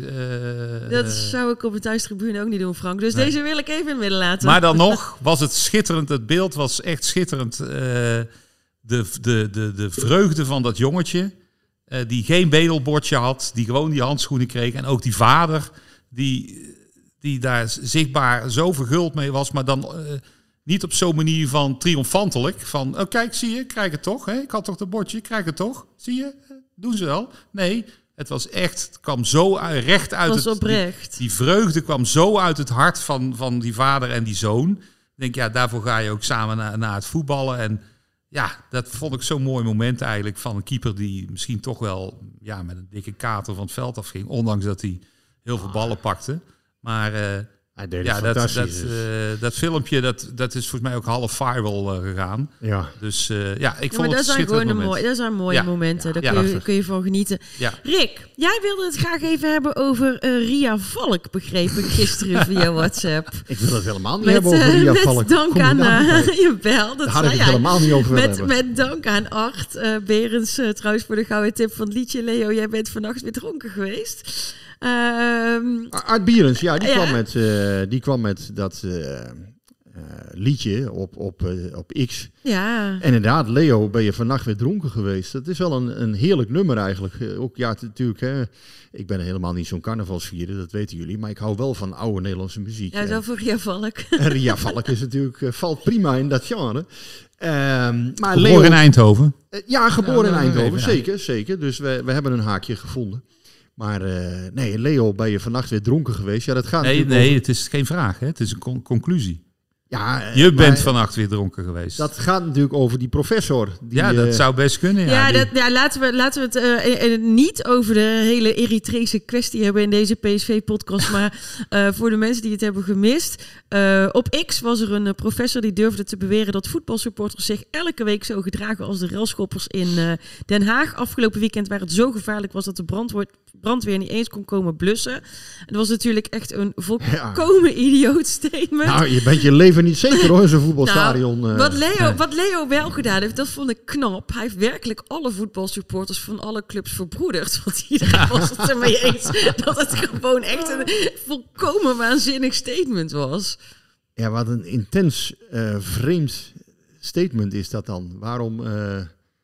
S3: Uh,
S11: dat zou ik op een thuistribune ook niet doen, Frank. Dus nee. Deze wil ik even in het midden laten.
S3: Maar dan nog was het schitterend. Het beeld was echt schitterend. Uh, de, de, de, de vreugde van dat jongetje... Uh, die geen bedelbordje had, die gewoon die handschoenen kreeg. En ook die vader, die, die daar zichtbaar zo verguld mee was. Maar dan uh, niet op zo'n manier van triomfantelijk. Van, oh kijk, zie je, ik krijg het toch. Hè? Ik had toch dat bordje, ik krijg het toch. Zie je, doen ze wel. Nee, het was echt, het kwam zo recht uit
S11: het...
S3: het
S11: oprecht.
S3: Die, die vreugde kwam zo uit het hart van, van die vader en die zoon. Ik denk, ja, daarvoor ga je ook samen naar, naar het voetballen. En ja, dat vond ik zo'n mooi moment eigenlijk van een keeper die misschien toch wel ja, met een dikke kater van het veld afging. Ondanks dat hij heel veel ballen pakte. Maar uh,
S12: hij deed
S3: ja, dat, dat, uh, dat filmpje dat, dat is volgens mij ook half viral uh, gegaan.
S12: Ja.
S3: Dus uh, ja, ik
S11: ja,
S3: vond
S11: maar
S3: het
S11: dat zijn gewoon
S3: moment.
S11: Mooi, dat zijn mooie
S3: ja.
S11: momenten.
S3: Ja.
S11: Daar
S3: ja,
S11: kun, je, kun je van genieten.
S3: Ja.
S11: Rick, jij wilde het graag even hebben over uh, Ria Valk, begrepen gisteren via WhatsApp.
S12: Ik wil het helemaal niet
S11: met,
S12: hebben over Ria
S11: met
S12: Valk.
S11: Met dank aan uh, je bel. Dat
S12: Daar had ik het helemaal niet over
S11: met,
S12: hebben.
S11: met dank aan Art uh, Berends, uh, trouwens voor de gouden tip van het liedje. Leo, jij bent vannacht weer dronken geweest. Um,
S12: Art Berends, ja, die,
S11: ja.
S12: Kwam met, uh, die kwam met dat uh, uh, liedje op, op, uh, op X.
S11: Ja.
S12: En inderdaad, Leo, ben je vannacht weer dronken geweest. Dat is wel een, een heerlijk nummer eigenlijk. Uh, ook ja, natuurlijk, hè, ik ben helemaal niet zo'n carnavalsvierder, dat weten jullie. Maar ik hou wel van oude Nederlandse muziek.
S11: Ja, zo voor Ria Valk.
S12: En Ria Valk is natuurlijk, uh, valt prima in dat genre. Um, maar
S3: geboren
S12: Leo,
S3: in Eindhoven?
S12: Uh, ja, geboren
S3: ja,
S12: in Eindhoven,
S3: even,
S12: zeker,
S3: ja.
S12: zeker. Dus we, we hebben een haakje gevonden. Maar uh, nee, Leo, ben je vannacht weer dronken geweest? Ja, dat gaat
S3: nee, nee,
S12: over...
S3: het is geen vraag, hè? Het is een con- conclusie.
S12: Ja,
S3: je bent vannacht weer dronken geweest.
S12: Dat gaat natuurlijk over die professor. Die,
S3: ja, dat uh, zou best kunnen. Ja,
S11: ja,
S3: die...
S11: dat, ja laten, we, laten we het uh, niet over de hele Eritrese kwestie hebben in deze P S V-podcast. maar uh, voor de mensen die het hebben gemist. Uh, op X was er een uh, professor die durfde te beweren dat voetbalsupporters zich elke week zo gedragen als de railschoppers in uh, Den Haag. Afgelopen weekend waar het zo gevaarlijk was dat de brandweer, brandweer niet eens kon komen blussen. Dat was natuurlijk echt een volkomen ja. idioot statement.
S12: Nou, je bent je leven niet zeker hoor, in zo'n voetbalstadion.
S11: Nou, wat, Leo, wat Leo wel gedaan heeft, dat vond ik knap. Hij heeft werkelijk alle voetbalsupporters van alle clubs verbroederd. Want iedereen was het ermee eens dat het gewoon echt een volkomen waanzinnig statement was.
S12: Ja, wat een intens uh, vreemd statement is dat dan. Waarom... Uh...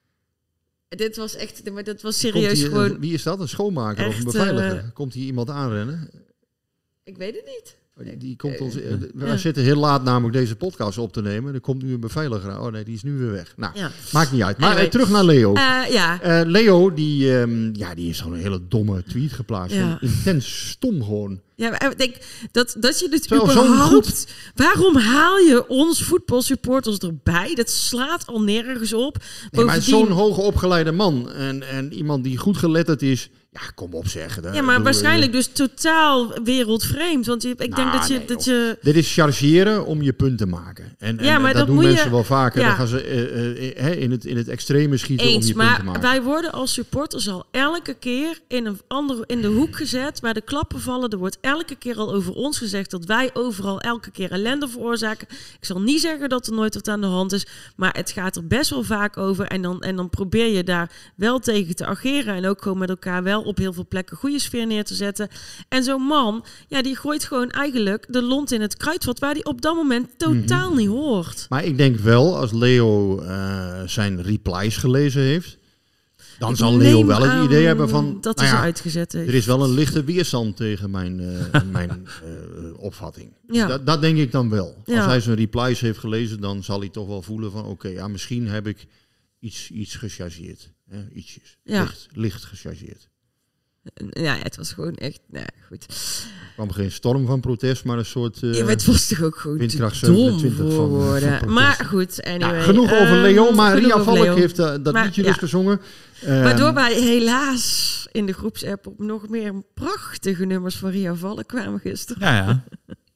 S11: Dit was echt, maar dat was serieus
S12: die,
S11: gewoon...
S12: Wie is dat? Een schoonmaker echt, of een beveiliger? Uh... Komt hier iemand aanrennen?
S11: Ik weet het niet.
S12: Die, die komt ons, uh, we ja. zitten heel laat namelijk deze podcast op te nemen. Er komt nu een beveiliger. Oh nee, die is nu weer weg. Nou, ja. maakt niet uit. Maar anyway. uh, terug naar Leo.
S11: Uh, ja.
S12: uh, Leo, die, um, ja, die heeft zo'n hele domme tweet geplaatst. Ja. Intens stom gewoon.
S11: Ja, maar ik denk dat, dat je het Terwijl überhaupt... Goed... Waarom haal je ons voetbalsupporters erbij? Dat slaat al nergens op.
S12: Nee, maar zo'n hoge opgeleide man en, en iemand die goed geletterd is... Ja, kom op zeggen.
S11: Ja, maar doe, waarschijnlijk uh, dus totaal wereldvreemd. Want je, ik
S12: nou,
S11: denk dat je,
S12: nee,
S11: dat je...
S12: Dit is chargeren om je punt te maken. En,
S11: ja,
S12: en
S11: maar
S12: dat,
S11: dat
S12: doen
S11: moet
S12: mensen
S11: je...
S12: wel vaker.
S11: Ja.
S12: Dan gaan ze uh, uh, uh, in, het, in het extreme schieten
S11: Eens,
S12: om je
S11: maar
S12: punt te maken.
S11: Wij worden als supporters al elke keer in, een andere, in de hoek gezet waar de klappen vallen. Er wordt elke keer al over ons gezegd dat wij overal elke keer ellende veroorzaken. Ik zal niet zeggen dat er nooit wat aan de hand is, maar het gaat er best wel vaak over. En dan, en dan probeer je daar wel tegen te ageren en ook gewoon met elkaar wel op heel veel plekken goede sfeer neer te zetten. En zo'n man, ja, die gooit gewoon eigenlijk de lont in het kruidvat waar die op dat moment totaal mm-hmm. niet hoort.
S12: Maar ik denk wel, als Leo uh, zijn replies gelezen heeft, dan ik zal Leo wel het idee hebben van...
S11: Dat
S12: nou
S11: hij
S12: ja,
S11: ze uitgezet heeft.
S12: Er is wel een lichte weerstand tegen mijn, uh, mijn uh, opvatting.
S11: Ja.
S12: Dus dat, dat denk ik dan wel.
S11: Ja.
S12: Als hij zijn replies heeft gelezen, dan zal hij toch wel voelen van... Oké, okay, ja, misschien heb ik iets, iets gechargeerd. Hè? Ietsjes.
S11: Ja.
S12: Licht, licht gechargeerd.
S11: Ja, het was gewoon echt... Nou, goed.
S12: Er kwam geen storm van protest, maar een soort... Uh,
S11: ja, het was toch ook gewoon
S12: windkracht
S11: zevenentwintig
S12: van,
S11: worden.
S12: van
S11: maar goed, anyway.
S12: Ja, genoeg over Leo, maar
S11: um,
S12: Ria Valk
S11: Leo.
S12: heeft uh, dat
S11: maar,
S12: liedje
S11: ja.
S12: dus gezongen. Um,
S11: Waardoor wij helaas in de groepsapp op nog meer prachtige nummers van Ria Valk kwamen gisteren.
S3: Ja, ja.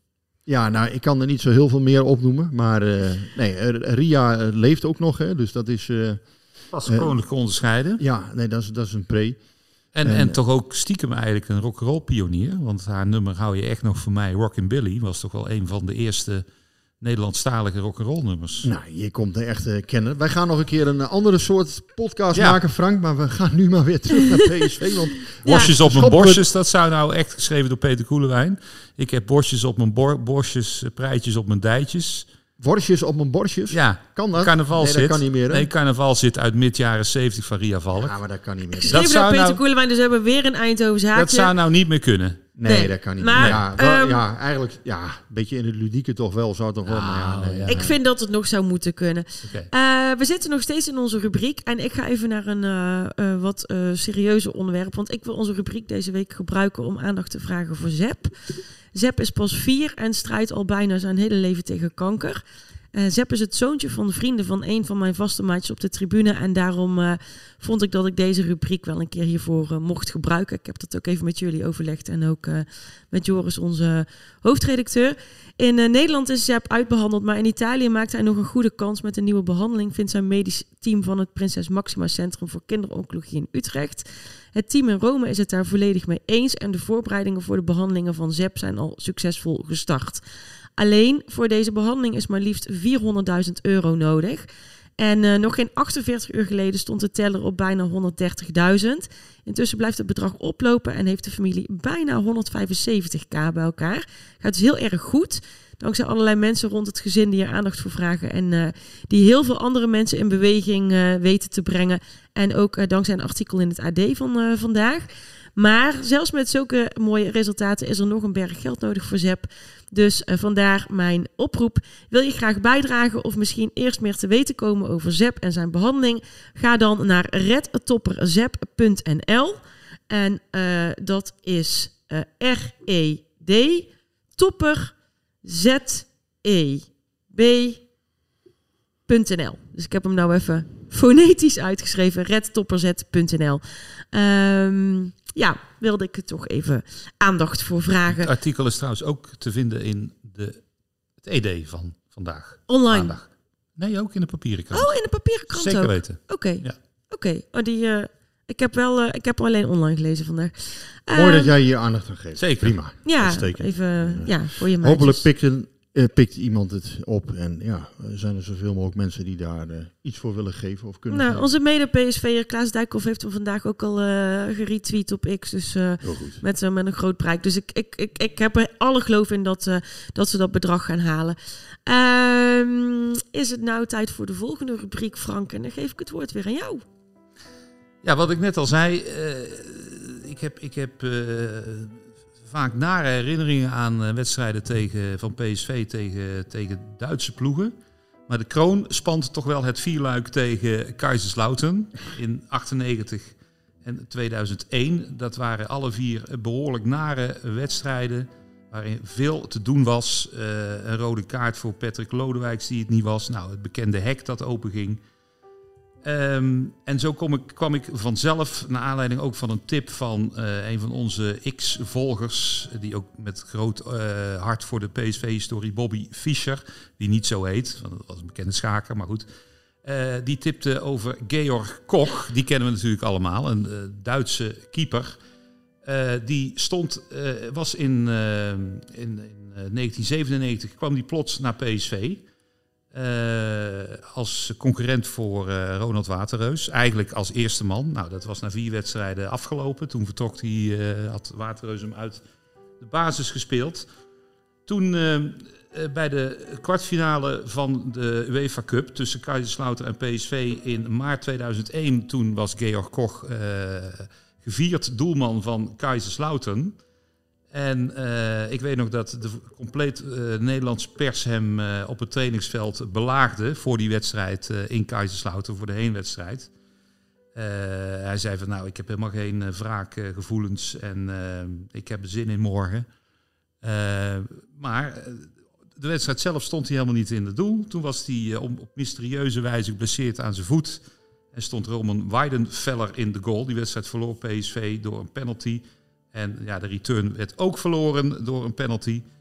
S12: Ja, nou, ik kan er niet zo heel veel meer opnoemen. Maar uh, nee, Ria uh, leeft ook nog. Hè, dus dat is... Uh,
S3: Pas koninklijk uh, onderscheiden.
S12: Ja, nee, dat is, dat is een pre.
S3: En, en, en toch ook stiekem eigenlijk een rock'n'roll pionier. Want haar nummer hou je echt nog voor mij. Rockin' Billy was toch wel een van de eerste Nederlandstalige rock'n'roll nummers.
S12: Nou, je komt er echt uh, kennen. Wij gaan nog een keer een andere soort podcast ja. maken, Frank. Maar we gaan nu maar weer terug naar P S V. Want
S3: Bosjes ja, op mijn borstjes, dat zou nou echt geschreven door Peter Koelewijn. Ik heb borstjes op mijn bor- borstjes, prijtjes op mijn dijtjes.
S12: Worstjes op mijn borstjes?
S3: Ja.
S12: Kan dat?
S3: Carnaval
S12: nee,
S3: zit.
S12: dat kan niet meer. Hè?
S3: Nee, carnaval zit uit mid jaren zeventig van Ria Valk.
S12: Ja, maar dat kan niet meer.
S11: Geschreven dat door Peter nou, Koelewijn, dus we hebben weer een Eindhoven zaakje.
S3: Dat zou nou niet meer kunnen.
S12: Nee, nee, dat kan niet
S11: maar,
S12: meer. Ja, wel,
S11: um,
S12: ja, eigenlijk, ja, een beetje in het ludieke toch wel, zou het toch wel. Maar ja, nee, ja,
S11: ik vind dat het nog zou moeten kunnen.
S3: Okay.
S11: Uh, we zitten nog steeds in onze rubriek en ik ga even naar een uh, uh, wat uh, serieuzer onderwerp, want ik wil onze rubriek deze week gebruiken om aandacht te vragen voor Zep. Zep is pas vier en strijdt al bijna zijn hele leven tegen kanker. Uh, Zep is het zoontje van vrienden van een van mijn vaste maatjes op de tribune. En daarom uh, vond ik dat ik deze rubriek wel een keer hiervoor uh, mocht gebruiken. Ik heb dat ook even met jullie overlegd. En ook uh, met Joris, onze hoofdredacteur. In uh, Nederland is Zep uitbehandeld. Maar in Italië maakt hij nog een goede kans met een nieuwe behandeling. Vindt zijn medisch team van het Prinses Maxima Centrum voor Kinderoncologie in Utrecht. Het team in Rome is het daar volledig mee eens. En de voorbereidingen voor de behandelingen van Zep zijn al succesvol gestart. Alleen voor deze behandeling is maar liefst vierhonderdduizend euro nodig. En uh, nog geen achtenveertig uur geleden stond de teller op bijna honderddertigduizend. Intussen blijft het bedrag oplopen en heeft de familie bijna honderdvijfenzeventig k bij elkaar. Gaat dus heel erg goed. Dankzij allerlei mensen rond het gezin die er aandacht voor vragen. En uh, die heel veel andere mensen in beweging uh, weten te brengen. En ook uh, dankzij een artikel in het A D van uh, vandaag. Maar zelfs met zulke mooie resultaten is er nog een berg geld nodig voor Zep. Dus uh, vandaar mijn oproep. Wil je graag bijdragen of misschien eerst meer te weten komen over Zep en zijn behandeling? Ga dan naar red topper zep punt n l. En uh, dat is uh, R E D Topper Z E B punt n l. Dus ik heb hem nou even fonetisch uitgeschreven. red topper zep punt n l. Um, ja, wilde ik er toch even aandacht voor vragen.
S3: Het artikel is trouwens ook te vinden in de, het E D van vandaag.
S11: Online?
S3: Maandag. Nee, ook in de papieren krant.
S11: Oh, in de papieren krant
S3: Zeker
S11: ook?
S3: weten.
S11: Oké. Okay.
S3: Ja.
S11: Oké. Okay. Oh, die... Uh, Ik heb wel, uh, ik heb hem alleen online gelezen vandaag.
S12: Mooi
S11: uh,
S12: dat jij hier aandacht aan geeft.
S3: Zeker.
S12: Prima.
S11: Ja, even uh, ja, voor je maatjes.
S12: Hopelijk pikt, een, uh, pikt iemand het op. En ja, zijn er zoveel mogelijk mensen die daar uh, iets voor willen geven of kunnen
S11: nou,
S12: geven.
S11: onze mede-P S V'er Klaas Dijkhoff heeft hem vandaag ook al uh, geretweet op X. Dus uh, met, uh, met een groot bereik. Dus ik, ik, ik, ik heb er alle geloof in dat, uh, dat ze dat bedrag gaan halen. Um, is het nou tijd voor de volgende rubriek, Frank? En dan geef ik het woord weer aan jou.
S3: Ja, wat ik net al zei, uh, ik heb, ik heb uh, vaak nare herinneringen aan uh, wedstrijden tegen, van P S V tegen, tegen Duitse ploegen. Maar de kroon spant toch wel het vierluik tegen Kaiserslautern in achtennegentig en tweeduizend één. Dat waren alle vier behoorlijk nare wedstrijden waarin veel te doen was. Uh, een rode kaart voor Patrick Lodewijks die het niet was. Nou, het bekende hek dat openging. Um, en zo kom ik, kwam ik vanzelf, naar aanleiding ook van een tip van uh, een van onze X-volgers, die ook met groot uh, hart voor de P S V-historie, Bobby Fischer, die niet zo heet, want dat was een bekende schaker, maar goed. Uh, die tipte over Georg Koch, die kennen we natuurlijk allemaal, een uh, Duitse keeper. Uh, die stond, uh, was in, uh, in, in uh, negentien zevenennegentig, kwam die plots naar P S V. Uh, als concurrent voor uh, Ronald Waterreus. Eigenlijk als eerste man. Nou, dat was na vier wedstrijden afgelopen. Toen vertrok hij, uh, had Waterreus hem uit de basis gespeeld. Toen uh, uh, bij de kwartfinale van de UEFA Cup tussen Kaiserslautern en P S V in maart tweeduizend één... toen was Georg Koch uh, gevierd doelman van Kaiserslautern. En uh, ik weet nog dat de compleet uh, Nederlandse pers hem uh, op het trainingsveld belaagde voor die wedstrijd uh, in Kaiserslautern, voor de heenwedstrijd. Uh, hij zei van nou, ik heb helemaal geen uh, wraakgevoelens uh, en uh, ik heb er zin in morgen. Uh, maar uh, de wedstrijd zelf stond hij helemaal niet in het doel. Toen was hij uh, op mysterieuze wijze geblesseerd aan zijn voet. En stond Roman Weidenfeller in de goal. Die wedstrijd verloor P S V door een penalty. En ja, de return werd ook verloren door een penalty.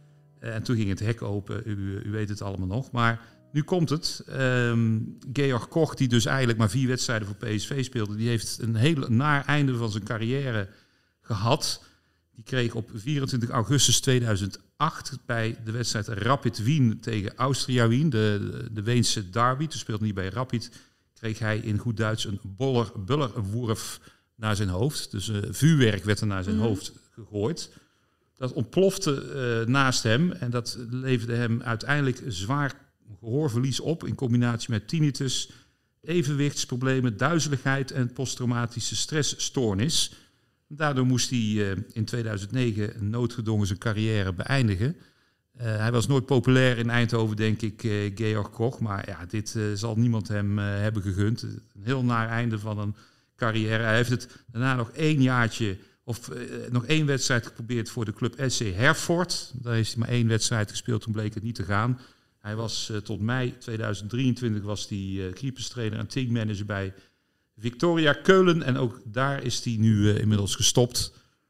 S3: En toen ging het hek open, u, u weet het allemaal nog. Maar nu komt het. Um, Georg Koch, die dus eigenlijk maar vier wedstrijden voor P S V speelde, die heeft een heel naar einde van zijn carrière gehad. Die kreeg op vierentwintig augustus tweeduizend acht bij de wedstrijd Rapid Wien tegen Austria Wien, de, de, de Weense derby. Toen speelde hij bij Rapid. Kreeg hij in goed Duits een boller, bullerwoerf naar zijn hoofd. Dus uh, vuurwerk werd er naar zijn mm. hoofd gegooid. Dat ontplofte uh, naast hem en dat leverde hem uiteindelijk zwaar gehoorverlies op in combinatie met tinnitus, evenwichtsproblemen, duizeligheid en posttraumatische stressstoornis. Daardoor moest hij uh, in tweeduizend negen noodgedwongen zijn carrière beëindigen. Uh, hij was nooit populair in Eindhoven, denk ik, uh, Georg Koch. Maar ja, dit uh, zal niemand hem uh, hebben gegund. Een heel naar einde van een carrière. Hij heeft het daarna nog één jaartje, of uh, nog één wedstrijd geprobeerd voor de club S C Herford. Daar heeft hij maar één wedstrijd gespeeld, toen bleek het niet te gaan. Hij was uh, tot mei tweeduizend drieëntwintig was hij uh, keeperstrainer en teammanager bij Victoria Keulen. En ook daar is hij nu uh, inmiddels gestopt.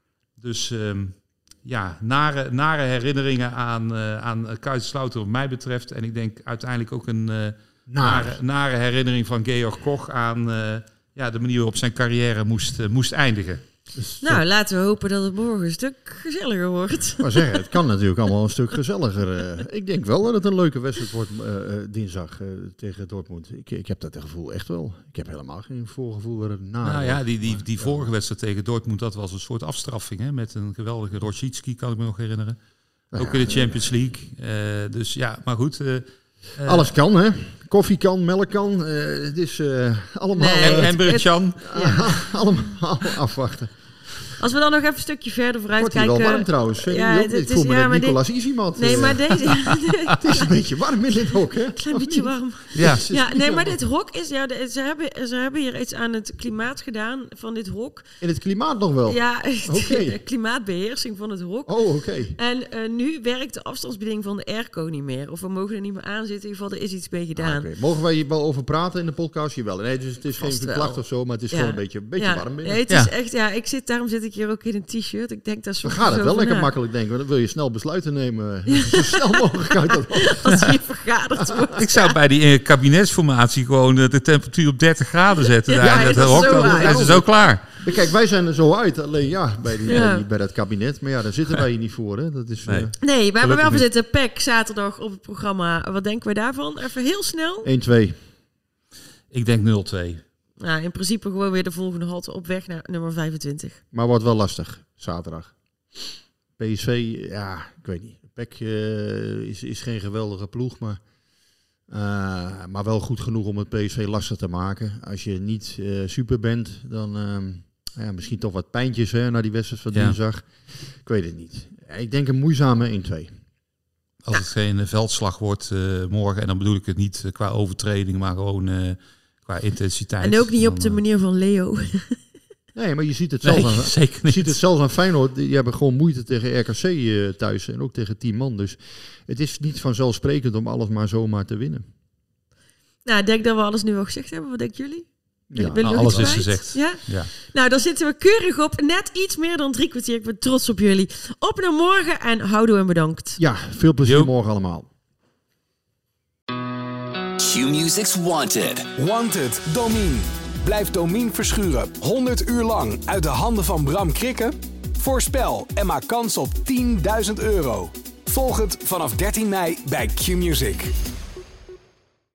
S3: Dus um, ja, nare, nare herinneringen aan, uh, aan Kaiserslautern wat mij betreft. En ik denk uiteindelijk ook een uh, nare, nare herinnering van Georg Koch aan uh, ja, de manier waarop zijn carrière moest, uh, moest eindigen.
S11: Dus nou, zo. Laten we hopen dat het morgen een stuk gezelliger wordt.
S12: Maar zeggen, het kan natuurlijk allemaal een stuk gezelliger. Uh, ik denk wel dat het een leuke wedstrijd wordt uh, uh, dinsdag uh, tegen Dortmund. Ik, ik heb dat gevoel echt wel. Ik heb helemaal geen voorgevoel waar het na.
S3: Nou ja, die, die, die vorige wedstrijd tegen Dortmund, dat was een soort afstraffing. Hè, met een geweldige Rosicki, kan ik me nog herinneren. Ook in de Champions League. Uh, dus ja, maar goed. Uh,
S12: Uh, Alles kan, hè? Koffie kan, melk kan. Uh, het is uh, allemaal...
S3: Nee, uh, en Brutjan.
S12: Ja. allemaal afwachten.
S11: Als we dan nog even een stukje verder vooruit
S12: Wordt
S11: kijken...
S12: Wordt hier wel warm trouwens. Ja, het, het ik voel is, me ja, net Nicolas dit... Iziemand.
S11: Nee,
S12: uh,
S11: maar deze...
S12: het is een beetje warm in dit hok, hè?
S11: Een klein beetje warm.
S3: Ja.
S11: ja, nee, maar dit hok is... Ja, de, ze, hebben, ze hebben hier iets aan het klimaat gedaan van dit hok.
S12: In het klimaat nog wel?
S11: Ja, okay. De klimaatbeheersing van het hok.
S12: Oh, oké. Okay.
S11: En uh, nu werkt de afstandsbediening van de airco niet meer. Of we mogen er niet meer aan zitten. In ieder geval, er is iets mee gedaan.
S12: Ah, okay. Mogen wij hier wel over praten in de podcast? Jawel. Nee, dus het is Vast geen verklacht of zo, maar het is ja. gewoon een beetje, een beetje
S11: ja.
S12: warm binnen.
S11: Nee, het ja. is echt... Ja, ik zit, daarom zit ik hier ook in een t-shirt. Ik denk dat
S12: we gaan het wel lekker na. makkelijk denken, want dan wil je snel besluiten nemen. Ja. Zo snel mogelijk uit dat
S11: als hier vergaderd wordt.
S3: Ik zou bij die kabinetsformatie gewoon de temperatuur op dertig graden zetten. Ja, daar, ja, dat dat zo dan is het zo klaar.
S12: Kijk, wij zijn er zo uit, alleen ja, bij, die, ja. bij dat kabinet. Maar ja, daar zitten wij hier niet voor. Hè. Dat is,
S11: nee, uh, nee we hebben wel gezeten. P E C zaterdag op het programma. Wat denken we daarvan? Even heel snel.
S12: één twee.
S3: Ik denk nul twee.
S11: Nou, in principe gewoon weer de volgende halte op weg naar nummer vijfentwintig.
S12: Maar wordt wel lastig, zaterdag. P S V, ja, ik weet niet. P E C uh, is, is geen geweldige ploeg, maar, uh, maar wel goed genoeg om het P S V lastig te maken. Als je niet uh, super bent, dan uh, ja, misschien toch wat pijntjes hè, naar die wedstrijd van dinsdag. Ja. Ik weet het niet. Ik denk een moeizame één twee.
S3: Als het geen veldslag wordt uh, morgen, en dan bedoel ik het niet uh, qua overtreding, maar gewoon... Uh, qua intensiteit.
S11: En ook niet op de manier van Leo.
S12: Nee, maar je ziet het zelfs, nee, aan, zeker je ziet het zelfs aan Feyenoord. Die hebben gewoon moeite tegen R K C uh, thuis. En ook tegen tien man. Dus het is niet vanzelfsprekend om alles maar zomaar te winnen.
S11: Nou, ik denk dat we alles nu al gezegd hebben. Wat denken jullie?
S3: Ja, nou, alles is gezegd.
S11: Ja? Ja. Nou, dan zitten we keurig op. Net iets meer dan drie kwartier. Ik ben trots op jullie. Op naar morgen en houdoe en bedankt.
S12: Ja, veel plezier Yo. morgen allemaal.
S2: Q-Music's Wanted. Wanted, Domine. Blijf Domine verschuren honderd uur lang uit de handen van Bram Krikke? Voorspel en maak kans op tienduizend euro. Volg het vanaf dertien mei bij Q-Music.